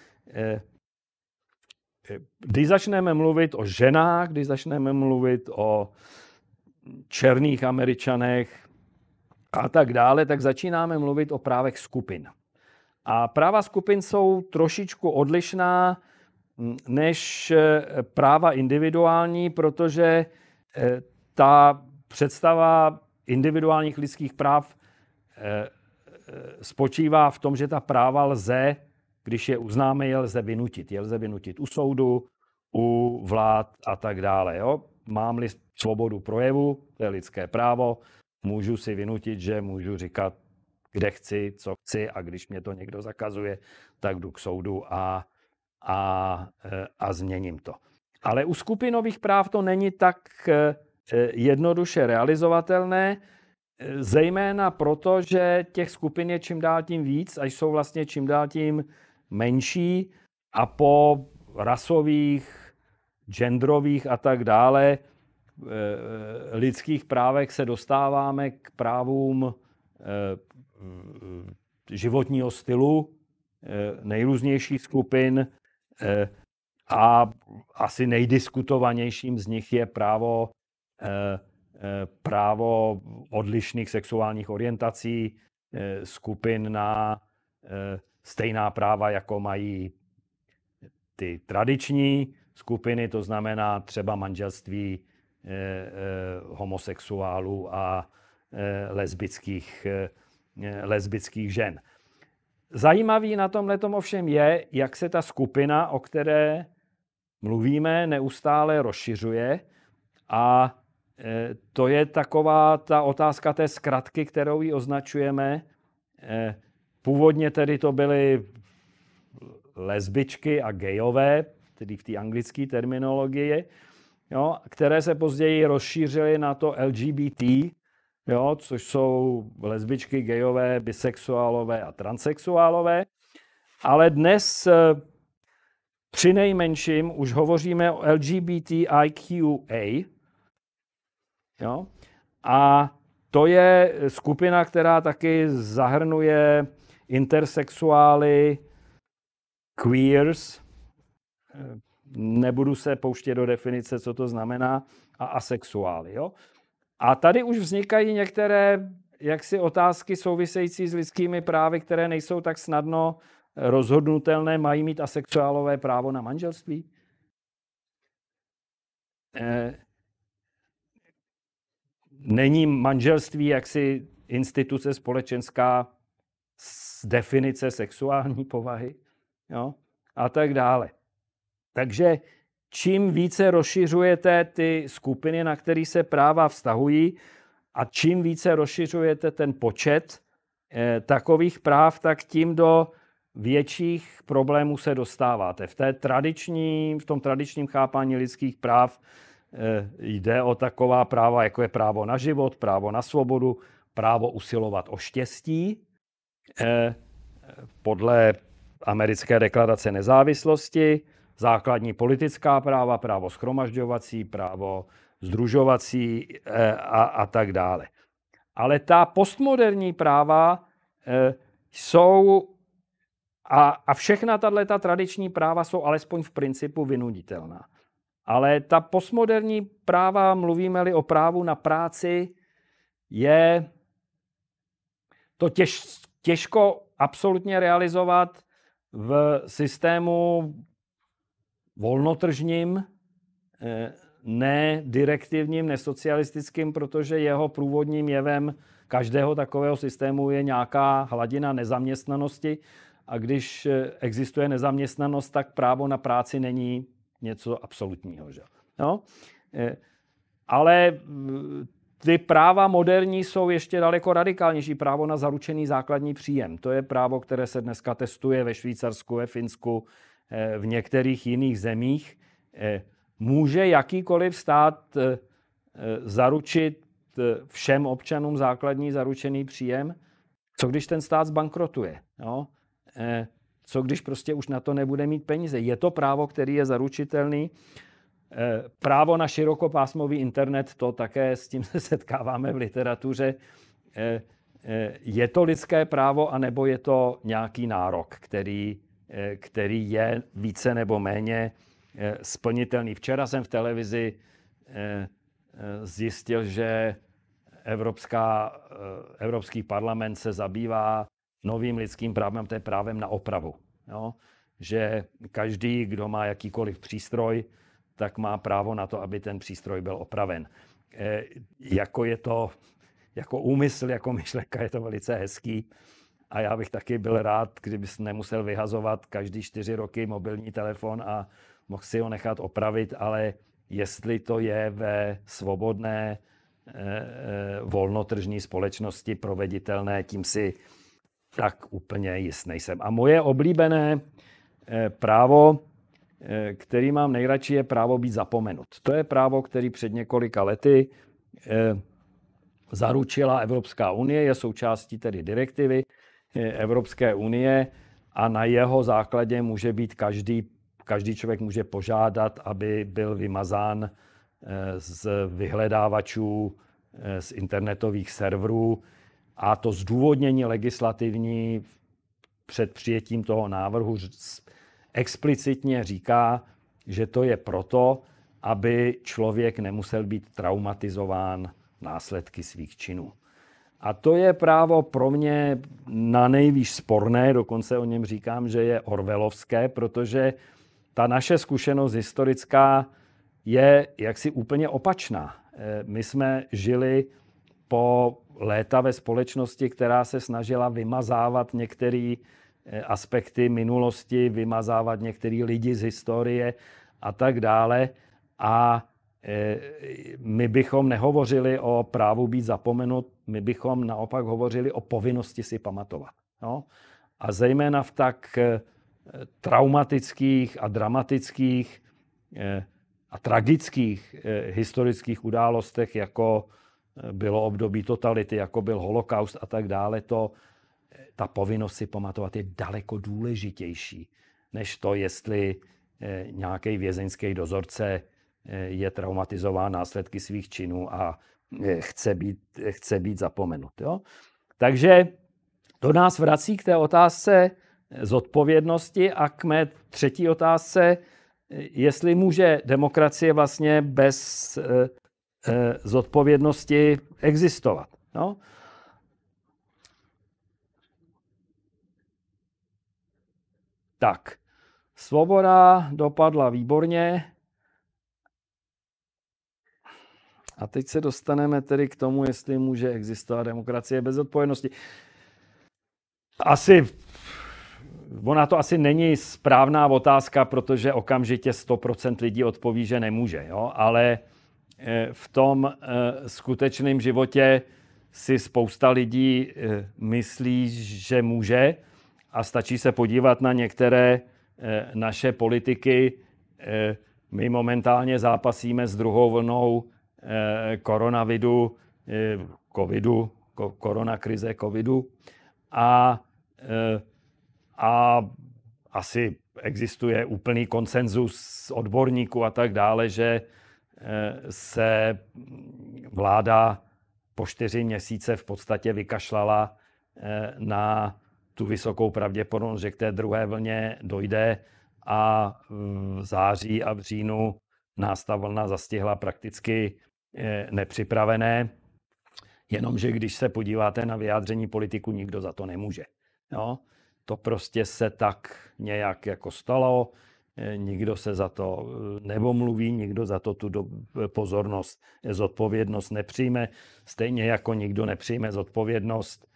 Když začneme mluvit o ženách, když začneme mluvit o černých Američanech a tak dále, tak začínáme mluvit o právech skupin. A práva skupin jsou trošičku odlišná než práva individuální, protože ta představa individuálních lidských práv spočívá v tom, že ta práva lze, když je uznáme, je lze vynutit. Je lze vynutit u soudu, u vlád a tak dále. Jo? Mám-li svobodu projevu, to je lidské právo, můžu si vynutit, že můžu říkat, kde chci, co chci, a když mě to někdo zakazuje, tak jdu k soudu a, a, a změním to. Ale u skupinových práv to není tak jednoduše realizovatelné, zejména proto, že těch skupin je čím dál tím víc a jsou vlastně čím dál tím menší a po rasových, genderových a tak dále lidských právech se dostáváme k právům životního stylu nejrůznějších skupin a asi nejdiskutovanějším z nich je právo právo odlišných sexuálních orientací skupin na stejná práva, jako mají ty tradiční skupiny, to znamená třeba manželství homosexuálů a lesbických, lesbických žen. Zajímavý na tomhletom ovšem je, jak se ta skupina, o které mluvíme, neustále rozšiřuje, a to je taková ta otázka té zkratky, kterou ji označujeme. Původně tedy to byly lesbičky a gejové, tedy v té anglické terminologii, jo, které se později rozšířily na to L G B T, jo, což jsou lesbičky, gejové, bisexuálové a transsexuálové. Ale dnes přinejmenším už hovoříme o L G B T I Q A, jo? A to je skupina, která taky zahrnuje intersexuály, queers, nebudu se pouštět do definice, co to znamená, a asexuály. Jo? A tady už vznikají některé jaksi otázky související s lidskými právy, které nejsou tak snadno rozhodnutelné. Mají mít asexuálové právo na manželství? Eh, Není manželství jaksi instituce společenská z definice sexuální povahy, jo? A tak dále. Takže čím více rozšiřujete ty skupiny, na které se práva vztahují, a čím více rozšiřujete ten počet eh, takových práv, tak tím do větších problémů se dostáváte. V, té tradiční, v tom tradičním chápání lidských práv jde o taková práva, jako je právo na život, právo na svobodu, právo usilovat o štěstí. Podle americké deklarace nezávislosti, základní politická práva, právo shromažďovací, právo sdružovací a, a tak dále. Ale ta postmoderní práva jsou, a, a všechna tato tradiční práva jsou alespoň v principu vynuditelná. Ale ta postmoderní práva, mluvíme-li o právu na práci, je to těž, těžko absolutně realizovat v systému volnotržním, ne direktivním, nesocialistickým, protože jeho průvodním jevem každého takového systému je nějaká hladina nezaměstnanosti, a když existuje nezaměstnanost, tak právo na práci není něco absolutního. Že? No? Ale ty práva moderní jsou ještě daleko radikálnější. Právo na zaručený základní příjem. To je právo, které se dneska testuje ve Švýcarsku, ve Finsku, v některých jiných zemích. Může jakýkoliv stát zaručit všem občanům základní zaručený příjem? Co když ten stát zbankrotuje? No? Co když prostě už na to nebude mít peníze? Je to právo, který je zaručitelný. Právo na širokopásmový internet, to také s tím se setkáváme v literatuře. Je to lidské právo, anebo je to nějaký nárok, který, který je více nebo méně splnitelný? Včera jsem v televizi zjistil, že Evropská, Evropský parlament se zabývá novým lidským právem, to je právem na opravu. Jo? Že každý, kdo má jakýkoliv přístroj, tak má právo na to, aby ten přístroj byl opraven. E, jako je to, jako úmysl, jako myšlenka je to velice hezký a já bych taky byl rád, kdyby nemusel vyhazovat každý čtyři roky mobilní telefon a mohl si ho nechat opravit, ale jestli to je ve svobodné e, e, volnotržní společnosti proveditelné, tím si tak úplně jist nejsem. A moje oblíbené e, právo, který mám nejradši, je právo být zapomenut. To je právo, který před několika lety eh, zaručila Evropská unie, je součástí tedy direktivy eh, Evropské unie a na jeho základě může být každý, každý člověk může požádat, aby byl vymazán eh, z vyhledávačů, eh, z internetových serverů a to zdůvodnění legislativní před přijetím toho návrhu explicitně říká, že to je proto, aby člověk nemusel být traumatizován následky svých činů. A to je právo pro mě na nejvýš sporné, dokonce o něm říkám, že je orwellovské, protože ta naše zkušenost historická je jaksi úplně opačná. My jsme žili po léta ve společnosti, která se snažila vymazávat některé aspekty minulosti, vymazávat některý lidi z historie a tak dále. A my bychom nehovořili o právu být zapomenut, my bychom naopak hovořili o povinnosti si pamatovat. No? A zejména v tak traumatických a dramatických a tragických historických událostech, jako bylo období totality, jako byl holokaust a tak dále, to ta povinnost si pamatovat je daleko důležitější, než to, jestli nějaký vězeňský dozorce je traumatizován následky svých činů a chce být, chce být zapomenut. Jo? Takže to nás vrací k té otázce zodpovědnosti a k mé třetí otázce, jestli může demokracie vlastně bez zodpovědnosti existovat. No? Tak, svoboda dopadla výborně. A teď se dostaneme tedy k tomu, jestli může existovat demokracie bez odpovědnosti. Asi, ona to asi není správná otázka, protože okamžitě sto procent lidí odpoví, že nemůže. Jo? Ale v tom skutečném životě si spousta lidí myslí, že může. A stačí se podívat na některé e, naše politiky. E, my momentálně zápasíme s druhou vlnou e, koronaviru, e, covidu, ko, koronakrize covidu. A, e, a asi existuje úplný konsenzus odborníků a tak dále, že e, se vláda po čtyři měsíce v podstatě vykašlala e, na tu vysokou pravděpodobnost, že k té druhé vlně dojde a v září a v říjnu nás ta vlna zastihla prakticky nepřipravené. Jenomže když se podíváte na vyjádření politiků, nikdo za to nemůže. Jo? To prostě se tak nějak jako stalo, nikdo se za to neomluví, nikdo za to tu pozornost, zodpovědnost nepřijme, stejně jako nikdo nepřijme zodpovědnost,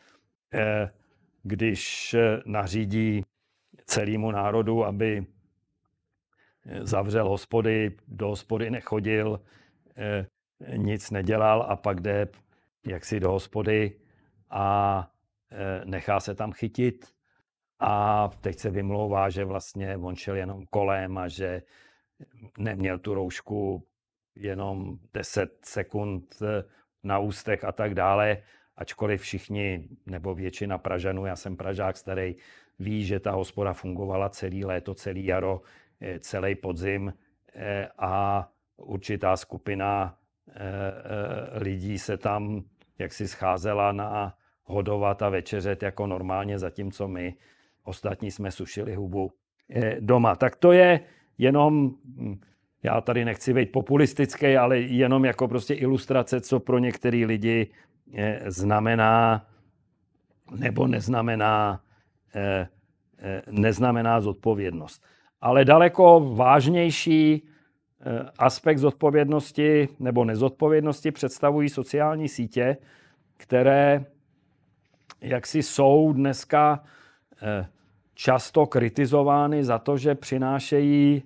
když nařídí celému národu, aby zavřel hospody, do hospody nechodil, nic nedělal a pak jde jaksi do hospody a nechá se tam chytit a teď se vymlouvá, že vlastně on šel jenom kolem a že neměl tu roušku jenom deset sekund na ústech a tak dále, ačkoliv všichni, nebo většina Pražanů, já jsem Pražák starý, ví, že ta hospoda fungovala celý léto, celý jaro, celý podzim a určitá skupina lidí se tam jaksi scházela na hodovat a večeřet jako normálně, zatímco my ostatní jsme sušili hubu doma. Tak to je jenom, já tady nechci být populistický, ale jenom jako prostě ilustrace, co pro některý lidi znamená nebo neznamená, neznamená zodpovědnost. Ale daleko vážnější aspekt zodpovědnosti nebo nezodpovědnosti představují sociální sítě, které jaksi jsou dneska často kritizovány za to, že přinášejí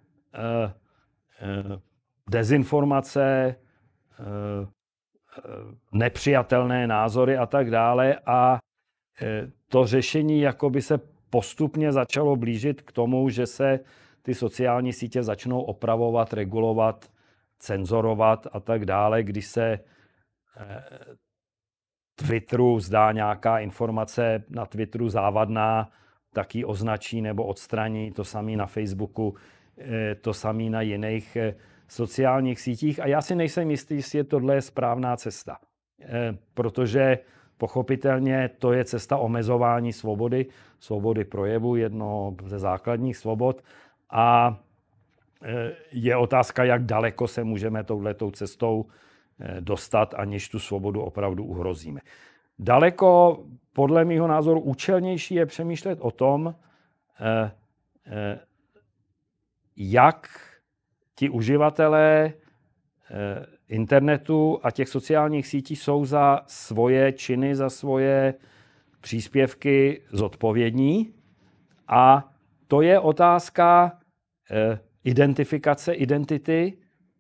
dezinformace, nepřijatelné názory a tak dále. A to řešení jakoby se postupně začalo blížit k tomu, že se ty sociální sítě začnou opravovat, regulovat, cenzorovat a tak dále. Když se Twitteru zdá nějaká informace na Twitteru závadná, tak ji označí nebo odstraní. To samé na Facebooku, to samé na jiných sociálních sítích. A já si nejsem jistý, jestli je tohle správná cesta. Protože pochopitelně to je cesta omezování svobody, svobody projevu, jedno ze základních svobod. A je otázka, jak daleko se můžeme touhletou cestou dostat, aniž tu svobodu opravdu uhrozíme. Daleko, podle mého názoru, účelnější je přemýšlet o tom, jak ti uživatelé internetu a těch sociálních sítí jsou za svoje činy, za svoje příspěvky zodpovědní. A to je otázka identifikace, identity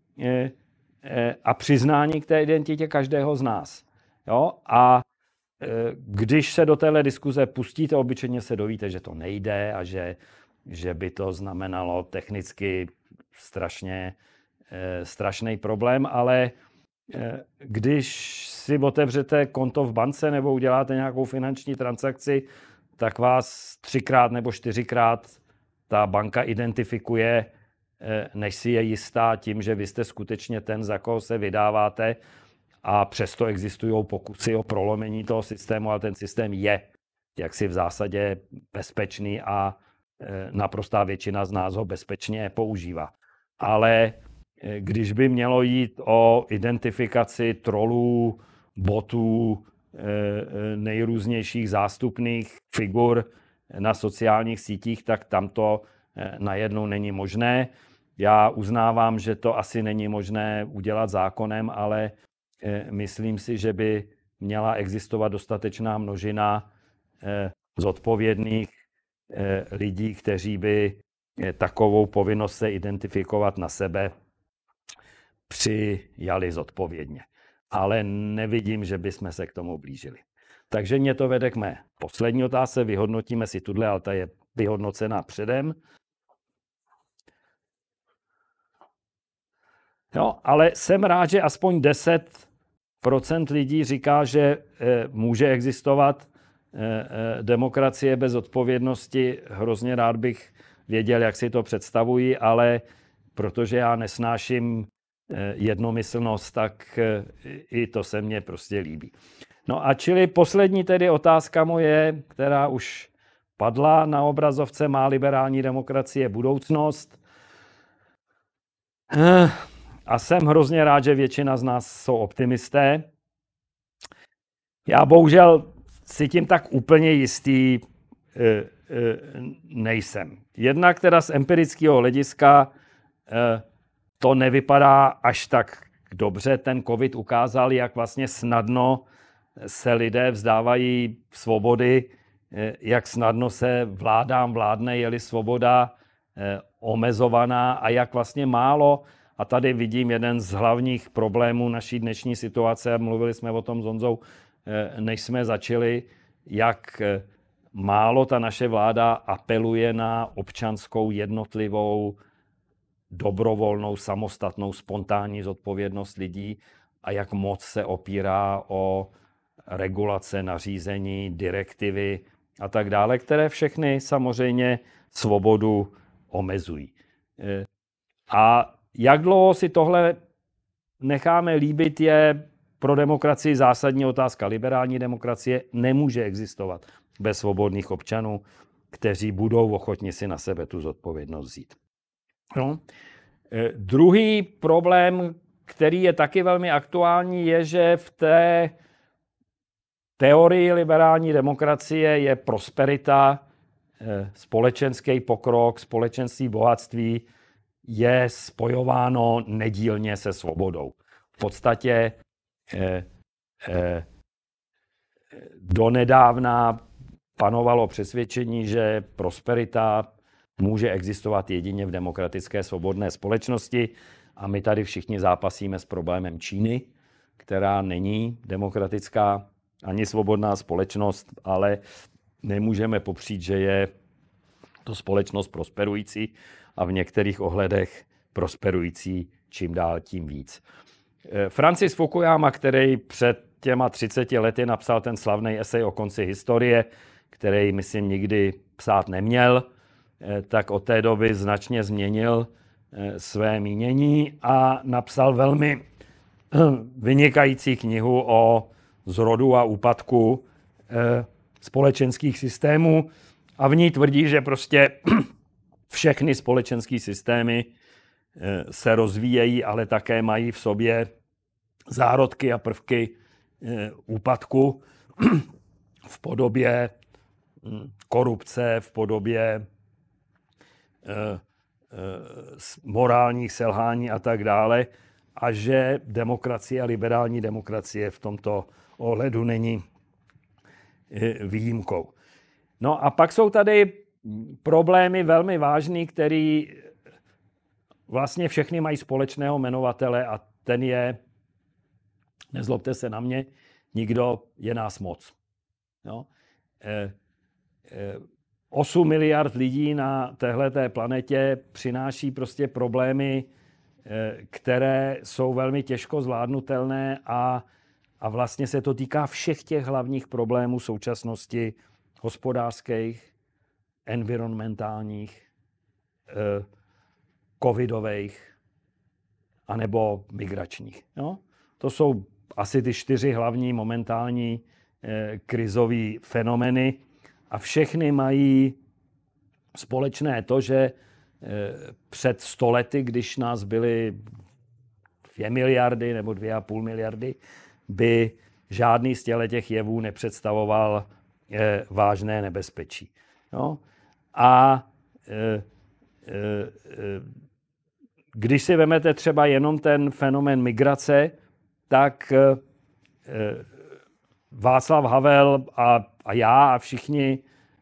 a přiznání k té identitě každého z nás. Jo? A když se do téhle diskuze pustíte, obyčejně se dovíte, že to nejde a že, že by to znamenalo technicky strašně strašný problém, ale když si otevřete konto v bance nebo uděláte nějakou finanční transakci, tak vás třikrát nebo čtyřikrát ta banka identifikuje, než si je jistá tím, že vy jste skutečně ten, za koho se vydáváte, a přesto existují pokusy o prolomení toho systému, ale ten systém je jaksi v zásadě bezpečný a naprostá většina z nás ho bezpečně používá. Ale když by mělo jít o identifikaci trolů, botů, nejrůznějších zástupných figur na sociálních sítích, tak tam to najednou není možné. Já uznávám, že to asi není možné udělat zákonem, ale myslím si, že by měla existovat dostatečná množina zodpovědných lidí, kteří by takovou povinnost se identifikovat na sebe přijali zodpovědně. Ale nevidím, že bychom se k tomu blížili. Takže mě to vede k mé poslední otázce. Vyhodnotíme si tuhle, ale ta je vyhodnocená předem. Jo, ale jsem rád, že aspoň deset procent lidí říká, že e, může existovat e, e, demokracie bez odpovědnosti. Hrozně rád bych věděl, jak si to představují, ale protože já nesnáším e, jednomyslnost, tak e, i to se mně prostě líbí. No a čili poslední tedy otázka moje, která už padla na obrazovce, má liberální demokracie budoucnost? E, A jsem hrozně rád, že většina z nás jsou optimisté. Já bohužel si tím tak úplně jistý e, e, nejsem. Jednak teda z empirického hlediska e, to nevypadá až tak dobře. Ten covid ukázal, jak vlastně snadno se lidé vzdávají svobody, e, jak snadno se vládám vládne, je-li svoboda e, omezovaná a jak vlastně málo A tady vidím jeden z hlavních problémů naší dnešní situace. Mluvili jsme o tom s Honzou, než jsme začali, jak málo ta naše vláda apeluje na občanskou, jednotlivou, dobrovolnou, samostatnou, spontánní zodpovědnost lidí a jak moc se opírá o regulace, nařízení, direktivy a tak dále, které všechny samozřejmě svobodu omezují. A jak dlouho si tohle necháme líbit, je pro demokracii zásadní otázka. Liberální demokracie nemůže existovat bez svobodných občanů, kteří budou ochotni si na sebe tu zodpovědnost vzít. No. Druhý problém, který je taky velmi aktuální, je, že v té teorii liberální demokracie je prosperita, společenský pokrok, společenství bohatství je spojováno nedílně se svobodou. V podstatě eh, eh, donedávna panovalo přesvědčení, že prosperita může existovat jedině v demokratické svobodné společnosti a my tady všichni zápasíme s problémem Číny, která není demokratická ani svobodná společnost, ale nemůžeme popřít, že je to společnost prosperující a v některých ohledech prosperující čím dál tím víc. Francis Fukuyama, který před těma třiceti lety napsal ten slavný esej o konci historie, který, myslím, nikdy psát neměl, tak od té doby značně změnil své mínění a napsal velmi vynikající knihu o zrodu a úpadku společenských systémů a v ní tvrdí, že prostě všechny společenské systémy se rozvíjejí, ale také mají v sobě zárodky a prvky úpadku v podobě korupce, v podobě morálních selhání a tak dále, a že demokracie a liberální demokracie v tomto ohledu není výjimkou. No a pak jsou tady problémy velmi vážný, který vlastně všechny mají společného jmenovatele a ten je, nezlobte se na mě, nikdo, je nás moc. No. E, e, osm miliard lidí na téhleté planetě přináší prostě problémy, e, které jsou velmi těžko zvládnutelné a, a vlastně se to týká všech těch hlavních problémů současnosti, hospodářských, environmentálních, e, covidových anebo migračních. No? To jsou asi ty čtyři hlavní momentální eh, krizové fenomény a všechny mají společné to, že eh, před sto lety, když nás byly dvě miliardy nebo dvě a půl miliardy, by žádný z těch jevů nepředstavoval eh, vážné nebezpečí. No? A eh, eh, když si vezmete třeba jenom ten fenomén migrace, tak Václav Havel a, a já a všichni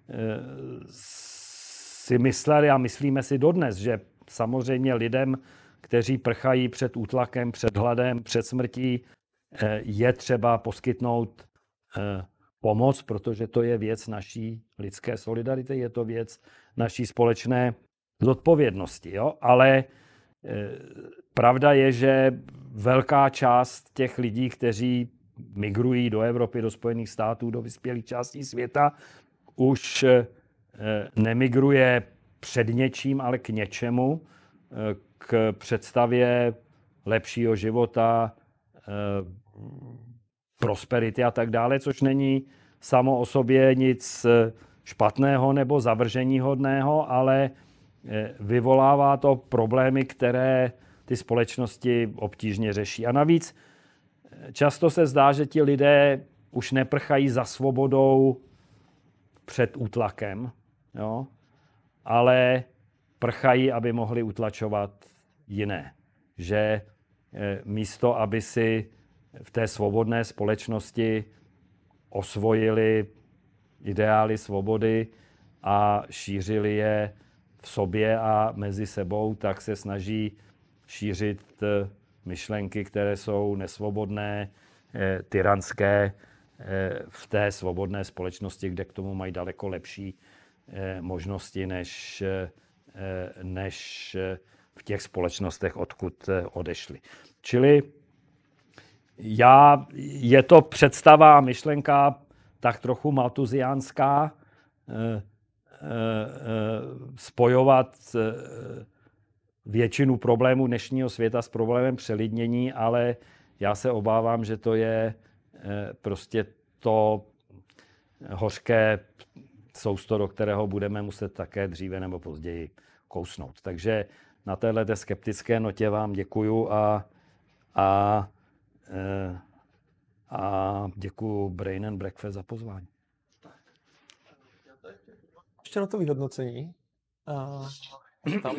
si mysleli a myslíme si dodnes, že samozřejmě lidem, kteří prchají před útlakem, před hladem, před smrtí, je třeba poskytnout pomoc, protože to je věc naší lidské solidarity, je to věc naší společné zodpovědnosti. Jo? Ale pravda je, že velká část těch lidí, kteří migrují do Evropy, do Spojených států, do vyspělých částí světa, už nemigruje před něčím, ale k něčemu, k představě lepšího života, prosperity a tak dále, což není samo o sobě nic špatného nebo zavrženíhodného, ale vyvolává to problémy, které ty společnosti obtížně řeší. A navíc často se zdá, že ti lidé už neprchají za svobodou před útlakem, jo? Ale prchají, aby mohli utlačovat jiné. Že místo, aby si v té svobodné společnosti osvojili ideály svobody a šířili je v sobě a mezi sebou, tak se snaží šířit myšlenky, které jsou nesvobodné, tyranské v té svobodné společnosti, kde k tomu mají daleko lepší možnosti než, než v těch společnostech, odkud odešli. Čili já, je to představa a myšlenka tak trochu maltuziánská, spojovat většinu problémů dnešního světa s problémem přelidnění, ale já se obávám, že to je prostě to hořké sousto, do kterého budeme muset také dříve nebo později kousnout. Takže na této skeptické notě vám děkuju a, a, a děkuju Brain and Breakfast za pozvání. Ještě na to vyhodnocení. A, tam.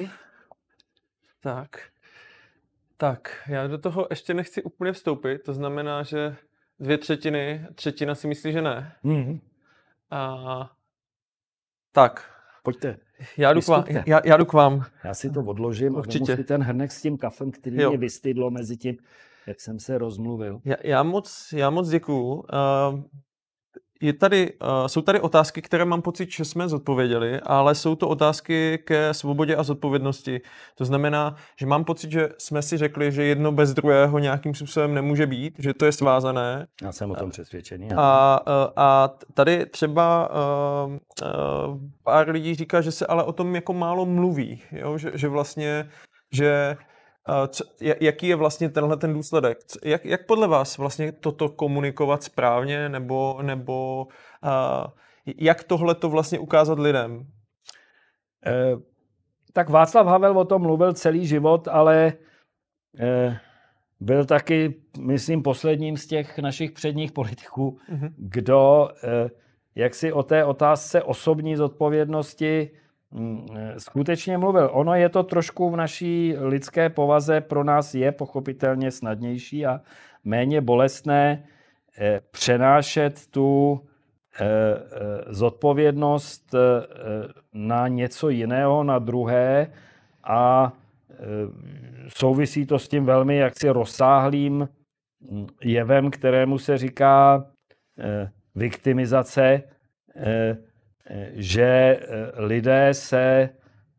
Tak. Tak, já do toho ještě nechci úplně vstoupit, to znamená, že dvě třetiny, třetina si myslí, že ne. Mm. A, tak. Pojďte. Já jdu, k vám, já, já jdu k vám. Já si to odložím Určitě. A si ten hrnek s tím kafem, který jo. mě vystydlo mezi tím, jak jsem se rozmluvil. Já, já, moc, já moc děkuju. Uh, je tady, uh, jsou tady otázky, které mám pocit, že jsme zodpověděli, ale jsou to otázky ke svobodě a zodpovědnosti. To znamená, že mám pocit, že jsme si řekli, že jedno bez druhého nějakým způsobem nemůže být, že to je svázané. Já jsem o tom přesvědčený. A, a tady třeba uh, uh, pár lidí říká, že se ale o tom jako málo mluví, jo? Že, že vlastně, že uh, co, jaký je vlastně tenhle ten důsledek. Jak, jak podle vás vlastně toto komunikovat správně, nebo, nebo uh, jak tohle to vlastně ukázat lidem? Eh, tak Václav Havel o tom mluvil celý život, ale eh, byl taky, myslím, posledním z těch našich předních politiků, mm-hmm. kdo eh, jak si o té otázce osobní zodpovědnosti hm, skutečně mluvil. Ono je to trošku v naší lidské povaze, pro nás je pochopitelně snadnější a méně bolestné eh, přenášet tu eh, eh, zodpovědnost eh, na něco jiného, na druhé, a eh, souvisí to s tím velmi jaksi rozsáhlým jevem, kterému se říká eh, viktimizace, eh, že lidé se,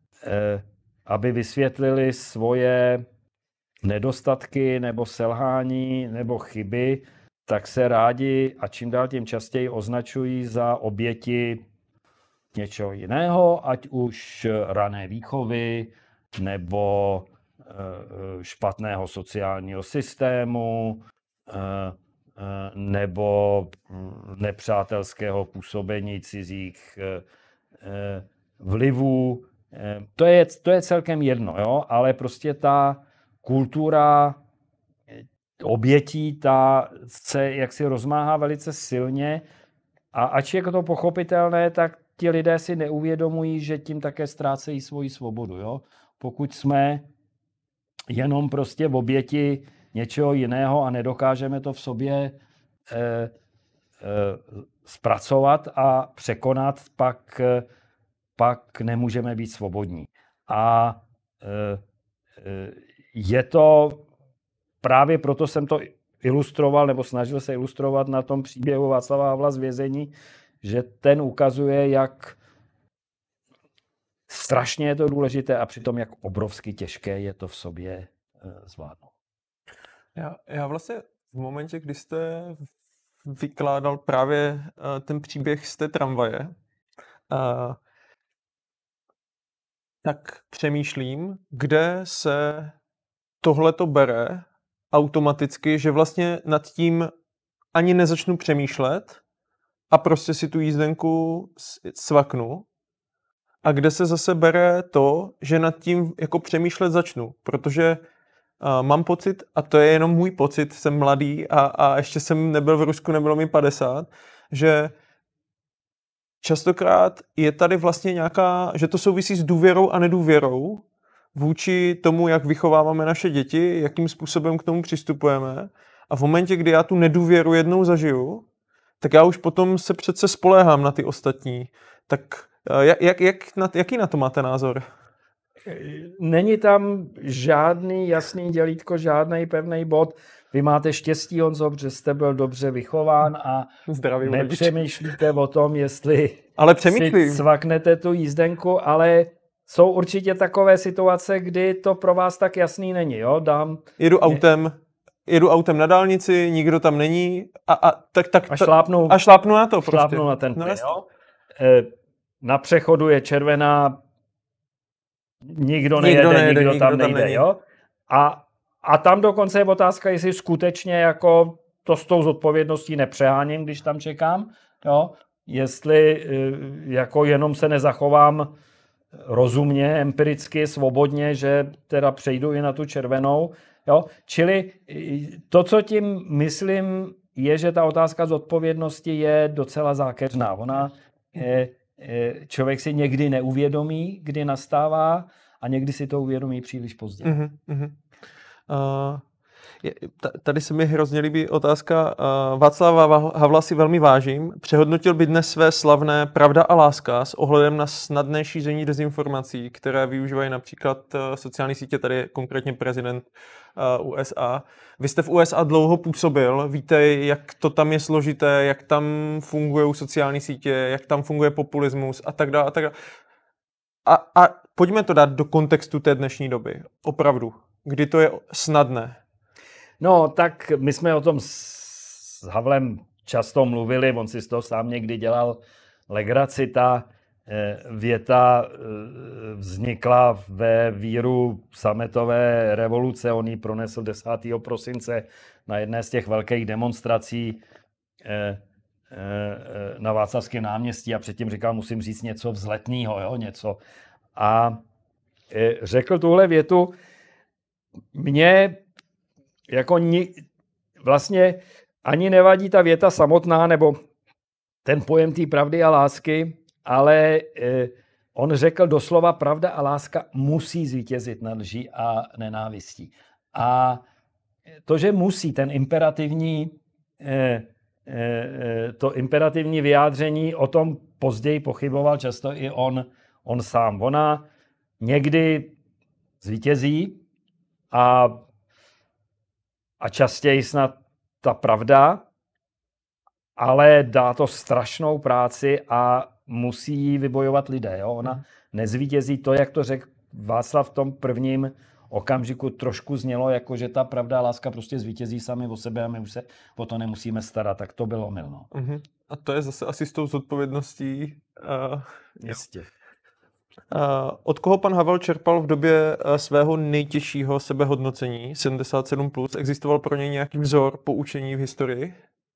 aby vysvětlili svoje nedostatky nebo selhání nebo chyby, tak se rádi a čím dál tím častěji označují za oběti něčeho jiného, ať už rané výchovy nebo špatného sociálního systému nebo nepřátelského působení cizích vlivů. To je, to je celkem jedno, jo? Ale prostě ta kultura obětí, ta se jaksi rozmáhá velice silně, a ač je to pochopitelné, tak ti lidé si neuvědomují, že tím také ztrácejí svoji svobodu. Jo? Pokud jsme jenom prostě v oběti něčeho jiného a nedokážeme to v sobě eh, eh, zpracovat a překonat, pak, eh, pak nemůžeme být svobodní. A eh, eh, je to, právě proto jsem to ilustroval, nebo snažil se ilustrovat na tom příběhu Václava Havla z vězení, že ten ukazuje, jak strašně je to důležité a přitom jak obrovsky těžké je to v sobě zvládnout. Já, já vlastně v momentě, kdy jste vykládal právě ten příběh z té tramvaje, tak přemýšlím, kde se tohleto bere automaticky, že vlastně nad tím ani nezačnu přemýšlet a prostě si tu jízdenku svaknu. A kde se zase bere to, že nad tím jako přemýšlet začnu, protože uh, mám pocit, a to je jenom můj pocit, jsem mladý a, a ještě jsem nebyl v Rusku, nebylo mi padesát, že častokrát je tady vlastně nějaká, že to souvisí s důvěrou a nedůvěrou vůči tomu, jak vychováváme naše děti, jakým způsobem k tomu přistupujeme. A v momentě, kdy já tu nedůvěru jednou zažiju, tak já už potom se přece spoléhám na ty ostatní. Tak jak, jak, jak na, jaký na to máte názor? není tam žádný jasný dělítko, žádný pevný bod. Vy máte štěstí, Honzo, že jste byl dobře vychován a Zdravím nepřemýšlíte o tom, jestli ale si cvaknete tu jízdenku, ale jsou určitě takové situace, kdy to pro vás tak jasný není. Jo? Dám... Jedu autem, jedu autem na dálnici, nikdo tam není a, a, tak, tak, a, šlápnu, a šlápnu na to. Šlápnu prostě. na ten plyn, no, jo? E, na přechodu je červená, nikdo nejede, nikdo, nejede, nikdo, nikdo tam tam nejde. není. Jo? A, a tam dokonce je otázka, jestli skutečně jako to s tou zodpovědností nepřeháním, když tam čekám. Jo? Jestli jako jenom se nezachovám rozumně, empiricky, svobodně, že teda přejdu i na tu červenou. Jo? Čili to, co tím myslím, je, že ta otázka zodpovědnosti je docela zákeřná. Ona je, člověk si někdy neuvědomí, kdy nastává, a někdy si to uvědomí příliš pozdě. Uh-huh, uh-huh. Uh, je, tady se mi hrozně líbí otázka. Uh, Václava Havla si velmi vážím. Přehodnotil by dnes své slavné Pravda a láska s ohledem na snadné šíření dezinformací, které využívají například uh, sociální sítě, tady je konkrétně prezident uh, U S A. Vy jste v U S A dlouho působil, víte, jak to tam je složité, jak tam fungují sociální sítě, jak tam funguje populismus a tak dále. A, tak dále. A, a pojďme to dát do kontextu té dnešní doby. Opravdu. Kdy to je snadné. No, tak my jsme o tom s Havlem často mluvili, on si z toho sám někdy dělal legraci. Ta věta vznikla ve víru sametové revoluce, on ji pronesl desátého prosince na jedné z těch velkých demonstrací na Václavském náměstí a předtím říkal, musím říct něco vzletného, jo, něco. A řekl tuhle větu, mně jako ni, vlastně ani nevadí ta věta samotná, nebo ten pojem té pravdy a lásky, ale eh, on řekl doslova, pravda a láska musí zvítězit nad lží a nenávistí. A to, že musí, ten imperativní, eh, eh, to imperativní vyjádření, o tom později pochyboval často i on, on sám. Ona někdy zvítězí a A častěji snad ta pravda, ale dá to strašnou práci a musí ji vybojovat lidé. Jo? Ona nezvítězí to, jak to řekl Václav v tom prvním okamžiku, trošku znělo, jako že ta pravda a láska prostě zvítězí sami o sebe a my už se o to nemusíme starat. Tak to bylo milno. Uh-huh. A to je zase asi s tou zodpovědností. Uh, Jistě. Uh, od koho pan Havel čerpal v době uh, svého nejtěžšího sebehodnocení, sedmdesát sedm plus? Existoval pro něj nějaký vzor poučení v historii?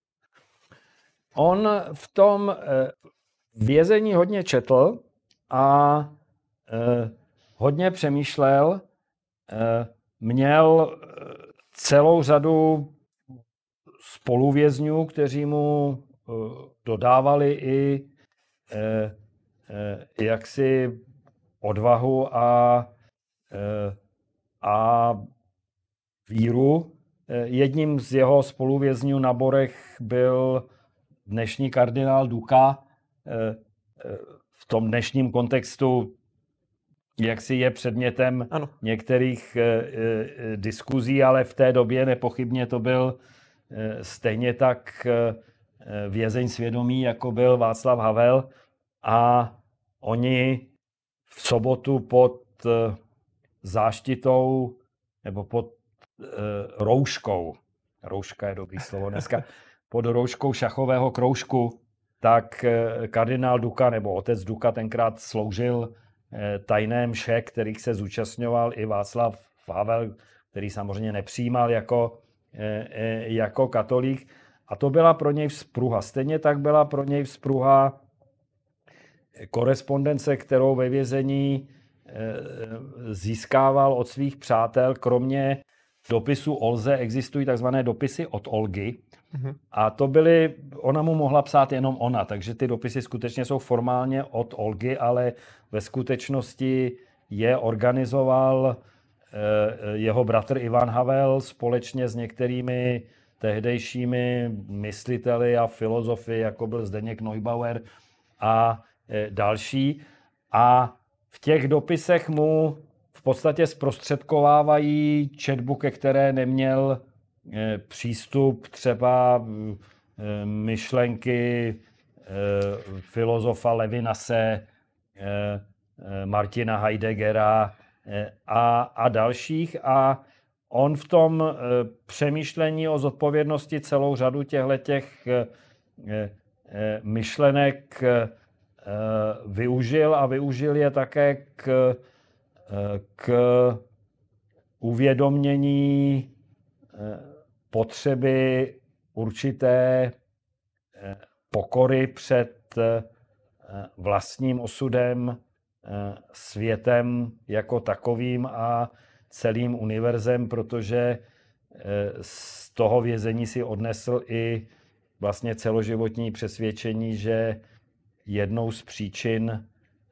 On v tom uh, vězení hodně četl a uh, hodně přemýšlel. Uh, měl celou řadu spoluvězňů, kteří mu uh, dodávali i uh, uh, jaksi odvahu a, a víru. Jedním z jeho spoluvězňů na Borech byl dnešní kardinál Duka. V tom dnešním kontextu jaksi je předmětem ano. některých diskuzí, ale v té době nepochybně to byl stejně tak vězeň svědomí, jako byl Václav Havel. A oni v sobotu pod záštitou nebo pod uh, rouškou, rouška je dobrý slovo dneska, pod rouškou šachového kroužku, tak uh, kardinál Duka nebo otec Duka tenkrát sloužil uh, tajné mše, kterých se zúčastňoval i Václav Havel, který samozřejmě nepřijímal jako, uh, uh, jako katolík. A to byla pro něj vzpruha. Stejně tak byla pro něj vzpruha korespondence, kterou ve vězení získával od svých přátel. Kromě dopisu Olze existují takzvané dopisy od Olgy. Mm-hmm. A to byly, ona mu mohla psát jenom ona, takže ty dopisy skutečně jsou formálně od Olgy, ale ve skutečnosti je organizoval jeho bratr Ivan Havel společně s některými tehdejšími mysliteli a filozofy, jako byl Zdeněk Neubauer a další. A v těch dopisech mu v podstatě zprostředkovávají četbu, ke které neměl přístup třeba myšlenky filozofa Levinase, Martina Heideggera a, a dalších. A on v tom přemýšlení o zodpovědnosti celou řadu těchhletěch myšlenek využil a využil je také k, k uvědomění potřeby určité pokory před vlastním osudem, světem jako takovým a celým univerzem, protože z toho vězení si odnesl i vlastně celoživotní přesvědčení, že jednou z příčin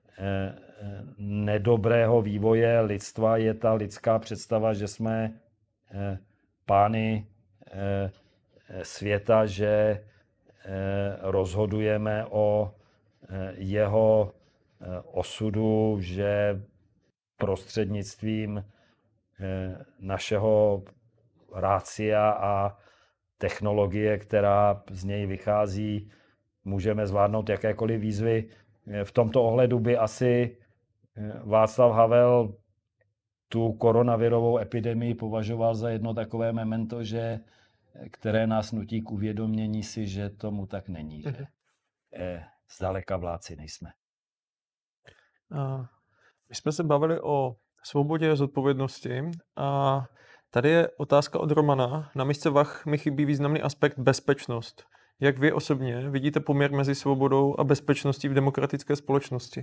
nedobrého vývoje lidstva je ta lidská představa, že jsme pány světa, že rozhodujeme o jeho osudu, že prostřednictvím našeho rácia a technologie, která z něj vychází, můžeme zvládnout jakékoliv výzvy. V tomto ohledu by asi Václav Havel tu koronavirovou epidemii považoval za jedno takové memento, že, které nás nutí k uvědomění si, že tomu tak není. Že zdaleka vládci nejsme. My jsme se bavili o svobodě a zodpovědnosti a tady je otázka od Romana. Na misce vah mi chybí významný aspekt bezpečnost. Jak vy osobně vidíte poměr mezi svobodou a bezpečností v demokratické společnosti?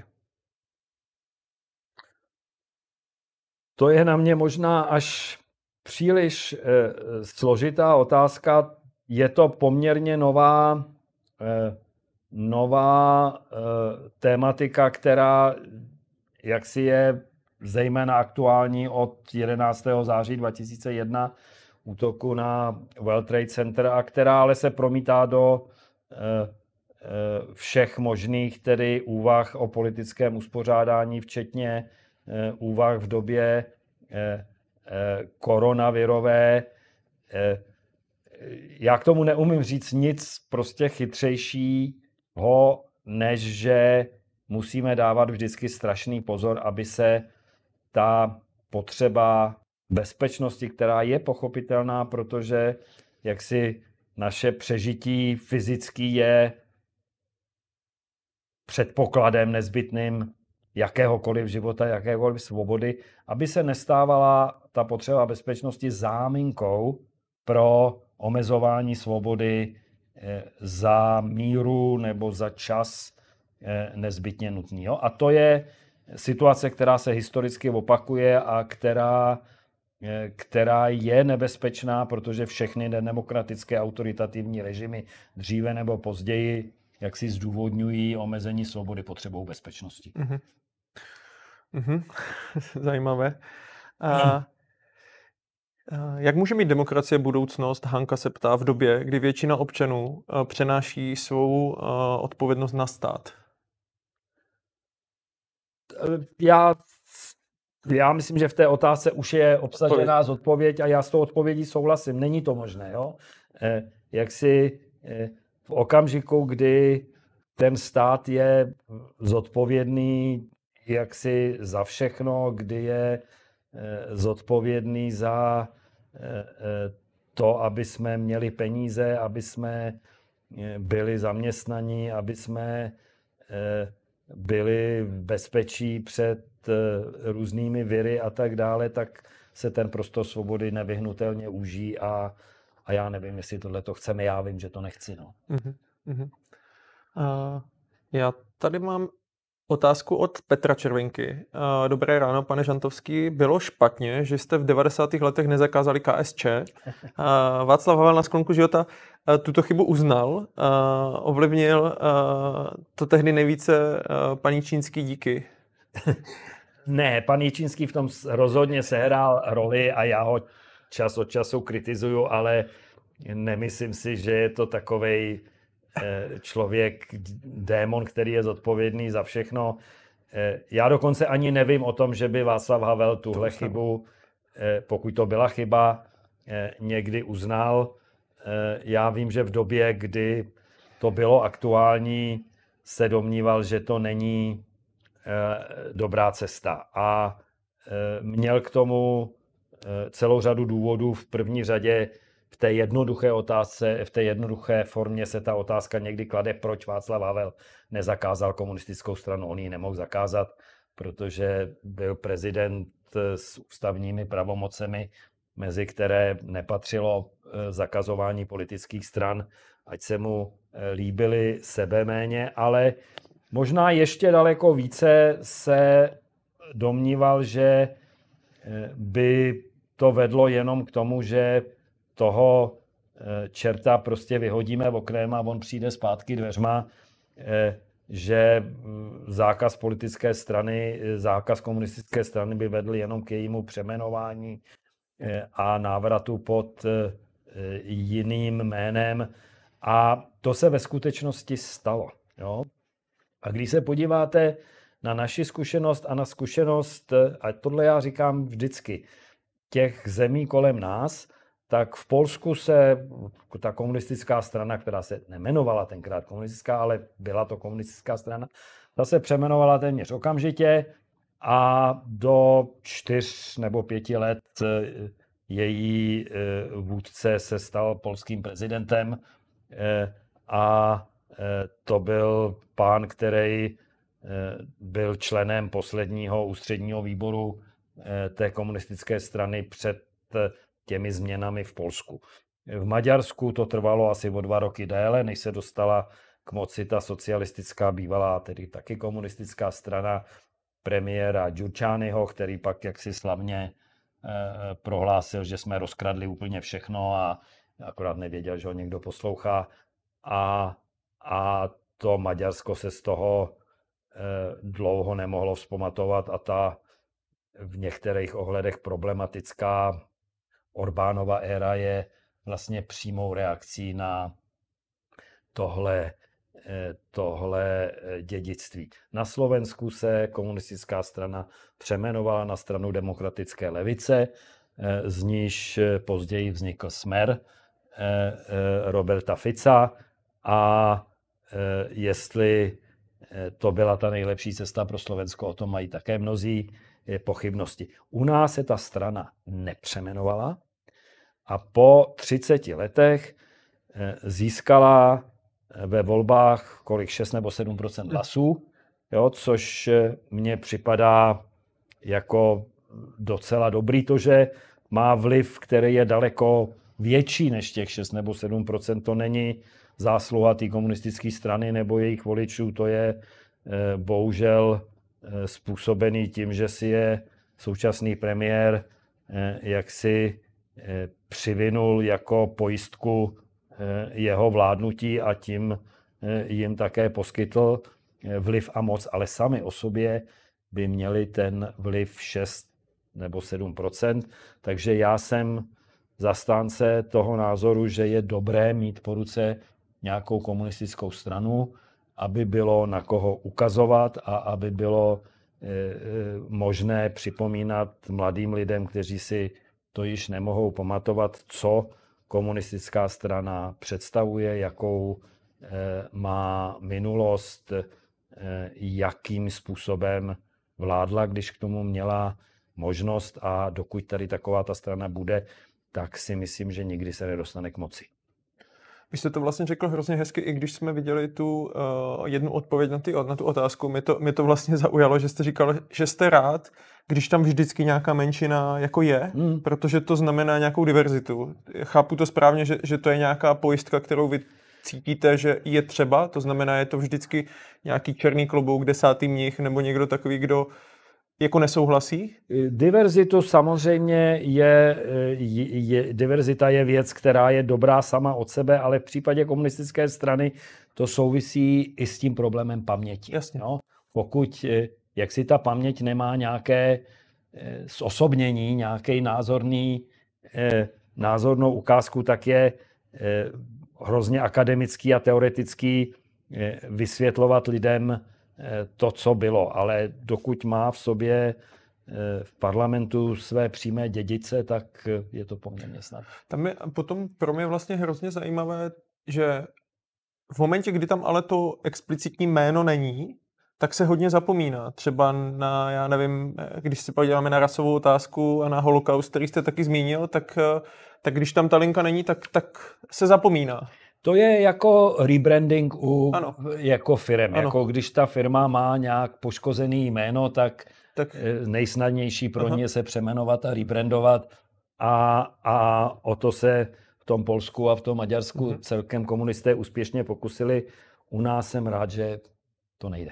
To je na mě možná až příliš eh, složitá otázka. Je to poměrně nová, eh, nová eh, tématika, která jaksi je zejména aktuální od jedenáctého září dva tisíce jedna útoku na World Trade Center a která ale se promítá do eh, eh, všech možných tedy úvah o politickém uspořádání, včetně úvah v době koronavirové. Já k tomu neumím říct nic prostě chytřejšího, než že musíme dávat vždycky strašný pozor, aby se ta potřeba bezpečnosti, která je pochopitelná, protože jaksi naše přežití fyzický je předpokladem nezbytným jakéhokoliv života, jakékoliv svobody, aby se nestávala ta potřeba bezpečnosti záminkou pro omezování svobody za míru nebo za čas nezbytně nutného. A to je situace, která se historicky opakuje a která, která je nebezpečná, protože všechny nedemokratické autoritativní režimy dříve nebo později jak si zdůvodňují omezení svobody potřebou bezpečnosti. Mm-hmm. Mm-hmm. Zajímavé. A, a jak může mít demokracie budoucnost, Hanka se ptá, v době, kdy většina občanů přenáší svou odpovědnost na stát? Já, já myslím, že v té otázce už je obsažená zodpověď a já s tou odpovědí souhlasím. Není to možné. Jo? Jak si v okamžiku, kdy ten stát je zodpovědný jaksi za všechno, kdy je zodpovědný za to, aby jsme měli peníze, aby jsme byli zaměstnaní, aby jsme byli v bezpečí před různými viry a tak dále, tak se ten prostor svobody nevyhnutelně uží a A já nevím, jestli tohle to chceme, já vím, že to nechci. No. Uh-huh, uh-huh. Uh, já tady mám otázku od Petra Červinky. Uh, dobré ráno, pane Žantovský. Bylo špatně, že jste v devadesátých letech nezakázali K S Č. Uh, Václav Havel na sklonku života uh, tuto chybu uznal. Uh, ovlivnil uh, to tehdy nejvíce uh, paní Čínský díky. Ne, pan Jičínský v tom rozhodně sehrál roli a já ho čas od času kritizuju, ale nemyslím si, že je to takovej člověk, démon, který je zodpovědný za všechno. Já dokonce ani nevím o tom, že by Václav Havel tuhle chybu, pokud to byla chyba, někdy uznal. Já vím, že v době, kdy to bylo aktuální, se domníval, že to není dobrá cesta. A měl k tomu celou řadu důvodů. V první řadě v té jednoduché otázce, v té jednoduché formě se ta otázka někdy klade, proč Václav Havel nezakázal komunistickou stranu. On ji nemohl zakázat, protože byl prezident s ústavními pravomocemi, mezi které nepatřilo zakazování politických stran, ať se mu líbily sebeméně, ale možná ještě daleko více se domníval, že by to vedlo jenom k tomu, že toho čerta prostě vyhodíme oknem a on přijde zpátky dveřma, že zákaz politické strany, zákaz komunistické strany by vedl jenom k jejímu přeměnování a návratu pod jiným jménem. A to se ve skutečnosti stalo. Jo? A když se podíváte na naši zkušenost a na zkušenost, a tohle já říkám vždycky, těch zemí kolem nás, tak v Polsku se ta komunistická strana, která se nemenovala tenkrát komunistická, ale byla to komunistická strana, ta se přeměnovala téměř okamžitě a do čtyř nebo pěti let její vůdce se stal polským prezidentem a to byl pán, který byl členem posledního ústředního výboru té komunistické strany před těmi změnami v Polsku. V Maďarsku to trvalo asi o dva roky déle, než se dostala k moci ta socialistická bývalá, tedy taky komunistická strana premiéra Gyurcsányho, který pak jaksi slavně eh, prohlásil, že jsme rozkradli úplně všechno a akorát nevěděl, že ho někdo poslouchá. A, a to Maďarsko se z toho eh, dlouho nemohlo vzpamatovat a ta v některých ohledech problematická Orbánova éra je vlastně přímou reakcí na tohle, tohle dědictví. Na Slovensku se komunistická strana přeměnovala na stranu demokratické levice, z níž později vznikl Smer Roberta Fica a jestli to byla ta nejlepší cesta pro Slovensko, o tom mají také mnozí pochybnosti. U nás se ta strana nepřeměnovala a po třiceti letech získala ve volbách kolik šest nebo sedm procent hlasů, jo, což mně připadá jako docela dobrý. To, že má vliv, který je daleko větší než těch šest nebo sedm procent, to není zásluha té komunistické strany nebo jejich voličů, to je bohužel způsobený tím, že si je současný premiér jaksi přivinul jako pojistku jeho vládnutí a tím jim také poskytl vliv a moc, ale sami o sobě by měli ten vliv šest nebo sedm procent. Takže já jsem zastánce toho názoru, že je dobré mít po ruce nějakou komunistickou stranu, aby bylo na koho ukazovat a aby bylo možné připomínat mladým lidem, kteří si to již nemohou pamatovat, co komunistická strana představuje, jakou má minulost, jakým způsobem vládla, když k tomu měla možnost, a dokud tady taková ta strana bude, tak si myslím, že nikdy se nedostane k moci. Vy jste to vlastně řekl hrozně hezky, i když jsme viděli tu uh, jednu odpověď na, ty, na tu otázku. Mě to, mě to vlastně zaujalo, že jste říkal, že jste rád, když tam vždycky nějaká menšina jako je, mm. protože to znamená nějakou diverzitu. Chápu to správně, že, že to je nějaká pojistka, kterou vy cítíte, že je třeba, to znamená, je to vždycky nějaký černý klobouk, desátý mnich nebo někdo takový, kdo jako nesouhlasí? Diverzitu samozřejmě je, je, diverzita je věc, která je dobrá sama od sebe, ale v případě komunistické strany to souvisí i s tím problémem paměti. Jasně. No, pokud jak si ta paměť nemá nějaké zosobnění, nějaký názorný, názornou ukázku, tak je hrozně akademický a teoretický vysvětlovat lidem to, co bylo. Ale dokud má v sobě v parlamentu své přímé dědice, tak je to poměrně snadné. Tam je potom pro mě vlastně hrozně zajímavé, že v momentě, kdy tam ale to explicitní jméno není, tak se hodně zapomíná. Třeba na, já nevím, když si podíváme na rasovou otázku a na holokaust, který jste taky zmínil, tak, tak když tam ta linka není, tak, tak se zapomíná. To je jako rebranding u ano. jako firem. Ano. Jako když ta firma má nějak poškozený jméno, tak, tak... nejsnadnější pro Aha. ně se přeměnovat a rebrandovat. A, a o to se v tom Polsku a v tom Maďarsku uh-huh. celkem komunisté úspěšně pokusili. U nás jsem rád, že to nejde.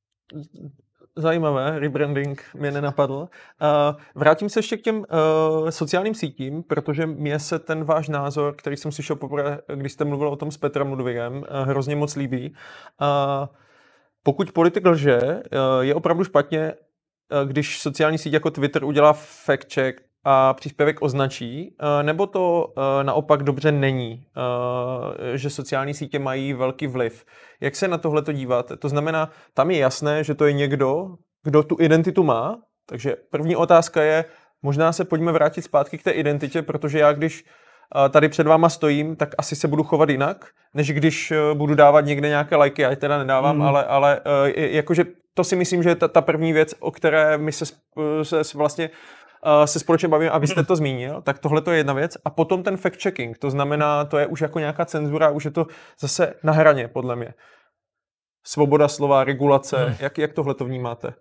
Zajímavé, rebranding mě nenapadl. Uh, vrátím se ještě k těm uh, sociálním sítím, protože mě se ten váš názor, který jsem slyšel poprvé, když jste mluvil o tom s Petrem Ludvigem, uh, hrozně moc líbí. Uh, pokud politik lže, uh, je opravdu špatně, uh, když sociální síť jako Twitter udělá fact check a příspěvek označí, uh, nebo to uh, naopak dobře není, uh, že sociální sítě mají velký vliv. Jak se na tohle to díváte? To znamená, tam je jasné, že to je někdo, kdo tu identitu má, takže první otázka je, možná se pojďme vrátit zpátky k té identitě, protože já když uh, tady před váma stojím, tak asi se budu chovat jinak, než když uh, budu dávat někde nějaké lajky, já je teda nedávám, mm. ale, ale uh, jakože to si myslím, že je ta, ta první věc, o které my se, se vlastně Uh, se společně bavíme, a vy jste to zmínil, tak tohle to je jedna věc. A potom ten fact-checking, to znamená, to je už jako nějaká cenzura, už je to zase na hraně, podle mě. Svoboda slova, regulace, hmm. jak, jak tohle to vnímáte?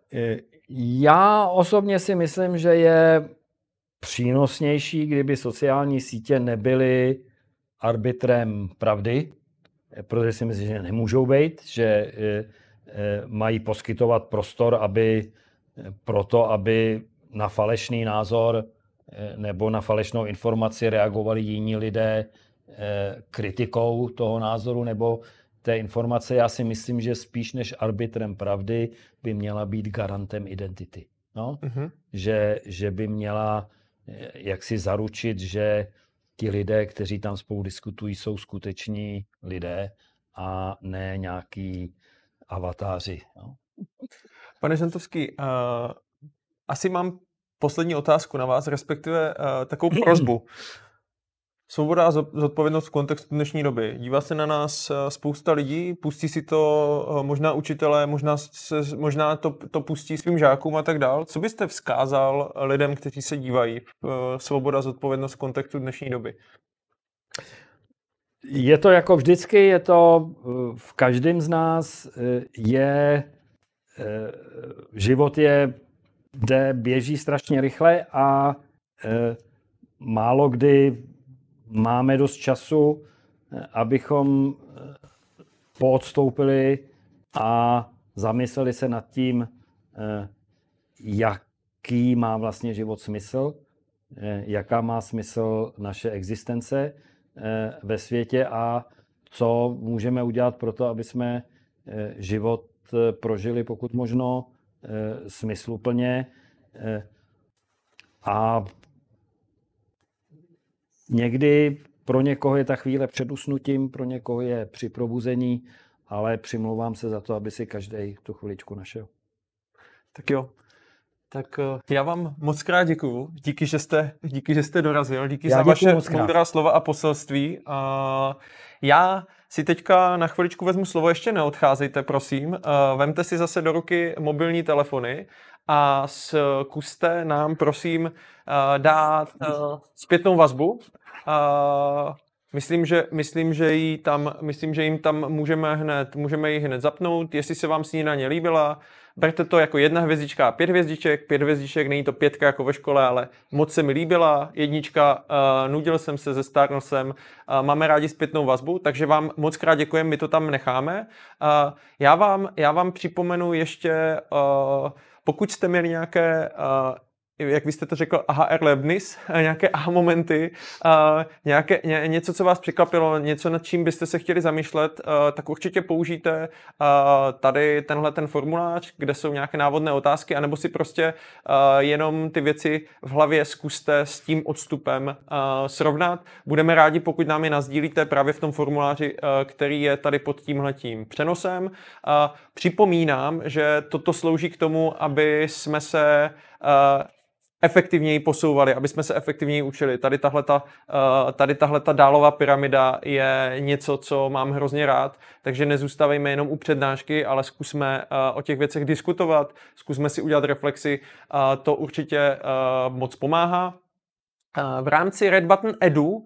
Já osobně si myslím, že je přínosnější, kdyby sociální sítě nebyly arbitrem pravdy, protože si myslím, že nemůžou být, že mají poskytovat prostor, aby proto, aby na falešný názor nebo na falešnou informaci reagovali jiní lidé kritikou toho názoru nebo té informace. Já si myslím, že spíš než arbitrem pravdy by měla být garantem identity. No? Uh-huh. Že, že by měla jaksi zaručit, že ti lidé, kteří tam spolu diskutují, jsou skuteční lidé a ne nějaký avatáři. No? Pane Žantovský, uh... asi mám poslední otázku na vás, respektive uh, takovou prosbu. Svoboda a zodpovědnost v kontextu dnešní doby. Dívá se na nás uh, spousta lidí, pustí si to uh, možná učitelé, možná, se, možná to, to pustí svým žákům a tak dál. Co byste vzkázal lidem, kteří se dívají? Uh, svoboda a zodpovědnost v kontextu dnešní doby. Je to jako vždycky, je to v každém z nás, je život je kde běží strašně rychle a e, málo kdy máme dost času, abychom poodstoupili a zamysleli se nad tím, e, jaký má vlastně život smysl, e, jaká má smysl naše existence e, ve světě a co můžeme udělat pro to, aby jsme e, život prožili pokud možno E, smysluplně e, a někdy pro někoho je ta chvíle před usnutím, pro někoho je při probuzení, ale přimlouvám se za to, aby si každý tu chviličku našel. Tak jo. Tak já vám moc krát děkuju. Díky, že jste, díky, že jste dorazil. Díky já za vaše moudrá slova a poselství. A já si teďka na chviličku vezmu slovo, ještě neodcházejte, prosím. Vemte si zase do ruky mobilní telefony a zkuste nám, prosím, dát zpětnou vazbu. Myslím, že, myslím, že, jí tam, myslím, že jim tam můžeme hned, můžeme ji hned zapnout. Jestli se vám snídaně líbila, berte to jako jedna hvězdička a pět hvězdiček. Pět hvězdiček, není to pětka jako ve škole, ale moc se mi líbila. Jednička, uh, nudil jsem se, zestárnul jsem. Uh, máme rádi zpětnou vazbu, takže vám moc krát děkujeme, my to tam necháme. Uh, já, vám, já vám připomenu ještě, uh, pokud jste měli nějaké uh, jak vy jste to řekl, aha erlebnis, nějaké aha momenty, nějaké, ně, něco, co vás překvapilo, něco, nad čím byste se chtěli zamýšlet, tak určitě použijte tady tenhle ten formulář, kde jsou nějaké návodné otázky, anebo si prostě jenom ty věci v hlavě zkuste s tím odstupem srovnat. Budeme rádi, pokud nám je nasdílíte právě v tom formuláři, který je tady pod tímhletím přenosem. Připomínám, že toto slouží k tomu, aby jsme se efektivněji posouvali, aby jsme se efektivněji učili. Tady tahleta, tady tahleta dálová pyramida je něco, co mám hrozně rád, takže nezůstavejme jenom u přednášky, ale zkusme o těch věcech diskutovat, zkusme si udělat reflexi, to určitě moc pomáhá. V rámci Red Button Edu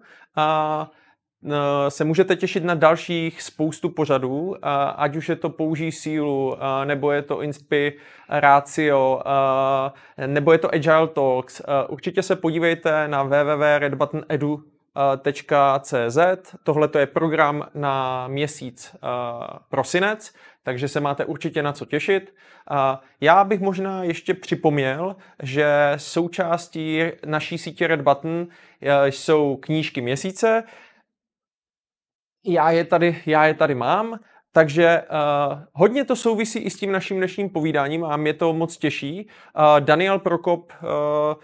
se můžete těšit na dalších spoustu pořadů, ať už je to Použij sílu, nebo je to Inspiratio, nebo je to Agile Talks. Určitě se podívejte na w w w tečka red button edu tečka c z. Tohle je program na měsíc prosinec, takže se máte určitě na co těšit. Já bych možná ještě připomněl, že součástí naší sítě Red Button jsou knížky měsíce. Já je tady, já je tady mám, takže uh, hodně to souvisí i s tím naším dnešním povídáním a mě to moc těší. Uh, Daniel Prokop uh,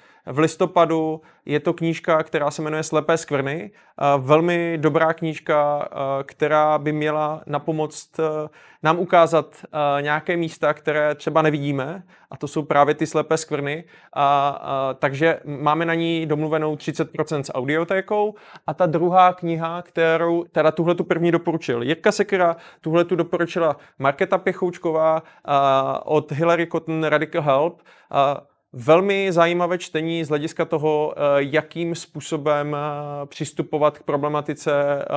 v listopadu, je to knížka, která se jmenuje Slepé skvrny. Uh, velmi dobrá knížka, uh, která by měla napomoct uh, nám ukázat uh, nějaké místa, které třeba nevidíme, a to jsou právě ty slepé skvrny. A, uh, takže máme na ní domluvenou třicet procent s audiotékou. A ta druhá kniha, kterou, teda tuhle tu první doporučil Jirka Sekera, tuhle tu doporučila Markéta Pěchoučková uh, od Hillary Cotton Radical Help. Uh, Velmi zajímavé čtení z hlediska toho, jakým způsobem přistupovat k problematice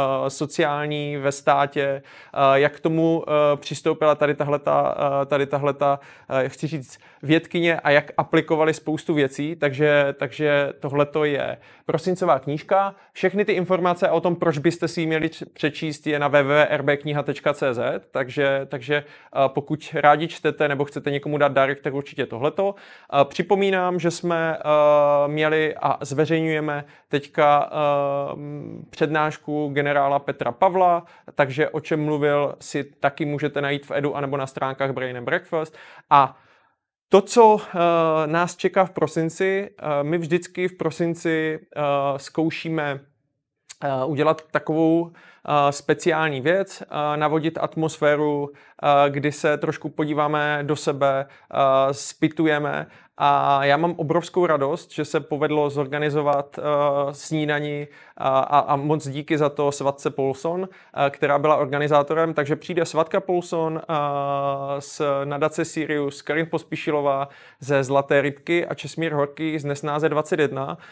sociální ve státě, jak k tomu přistoupila tady tahleta, tady tahleta, chci říct, vědkyně a jak aplikovali spoustu věcí, takže, takže tohleto je prosincová knížka. Všechny ty informace o tom, proč byste si ji měli přečíst, je na w w w tečka r b kniha tečka c z, takže, takže pokud rádi čtete nebo chcete někomu dát dárek, tak určitě tohleto. Připomínám, že jsme uh, měli a zveřejňujeme teďka uh, přednášku generála Petra Pavla, takže o čem mluvil, si taky můžete najít v Edu anebo na stránkách Brain and Breakfast. A to, co uh, nás čeká v prosinci, uh, my vždycky v prosinci uh, zkoušíme uh, udělat takovou uh, speciální věc, uh, navodit atmosféru, uh, kdy se trošku podíváme do sebe, uh, zpytujeme. A já mám obrovskou radost, že se povedlo zorganizovat uh, snídani uh, a, a moc díky za to Svatce Polson, uh, která byla organizátorem. Takže přijde Svatka Polson uh, z nadace Sirius, Karin Pospíšilová ze Zlaté rybky a Česmír Horký z Nesnáze dvacet jedna. Uh,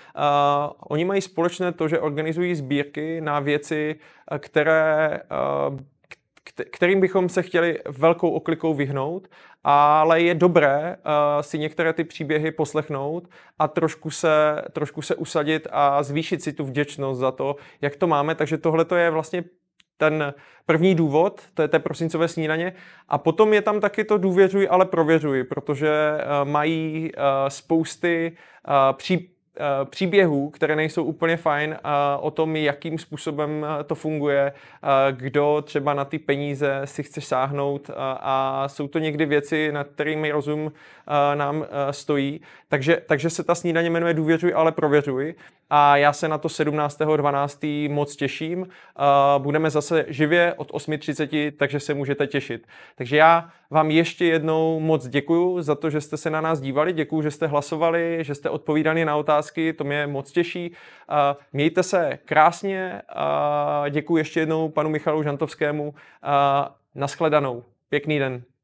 oni mají společné to, že organizují sbírky na věci, které... Uh, kterým bychom se chtěli velkou oklikou vyhnout, ale je dobré uh, si některé ty příběhy poslechnout a trošku se, trošku se usadit a zvýšit si tu vděčnost za to, jak to máme. Takže tohle je vlastně ten první důvod, to je té prosincové snídaně. A potom je tam taky to důvěřuj, ale prověřuj, protože uh, mají uh, spousty uh, příběhů, příběhů, které nejsou úplně fajn, o tom, jakým způsobem to funguje, kdo třeba na ty peníze si chce sáhnout a jsou to někdy věci, nad kterými rozum nám stojí. Takže, takže se ta snídaně jmenuje Důvěřuj, ale prověřuj a já se na to sedmnáctého dvanáctého moc těším. Budeme zase živě od osm třicet, takže se můžete těšit. Takže já vám ještě jednou moc děkuju za to, že jste se na nás dívali, děkuju, že jste hlasovali, že jste odpovídali na otázky, to mě moc těší. Mějte se krásně, děkuju ještě jednou panu Michalu Žantovskému. Nashledanou. Pěkný den.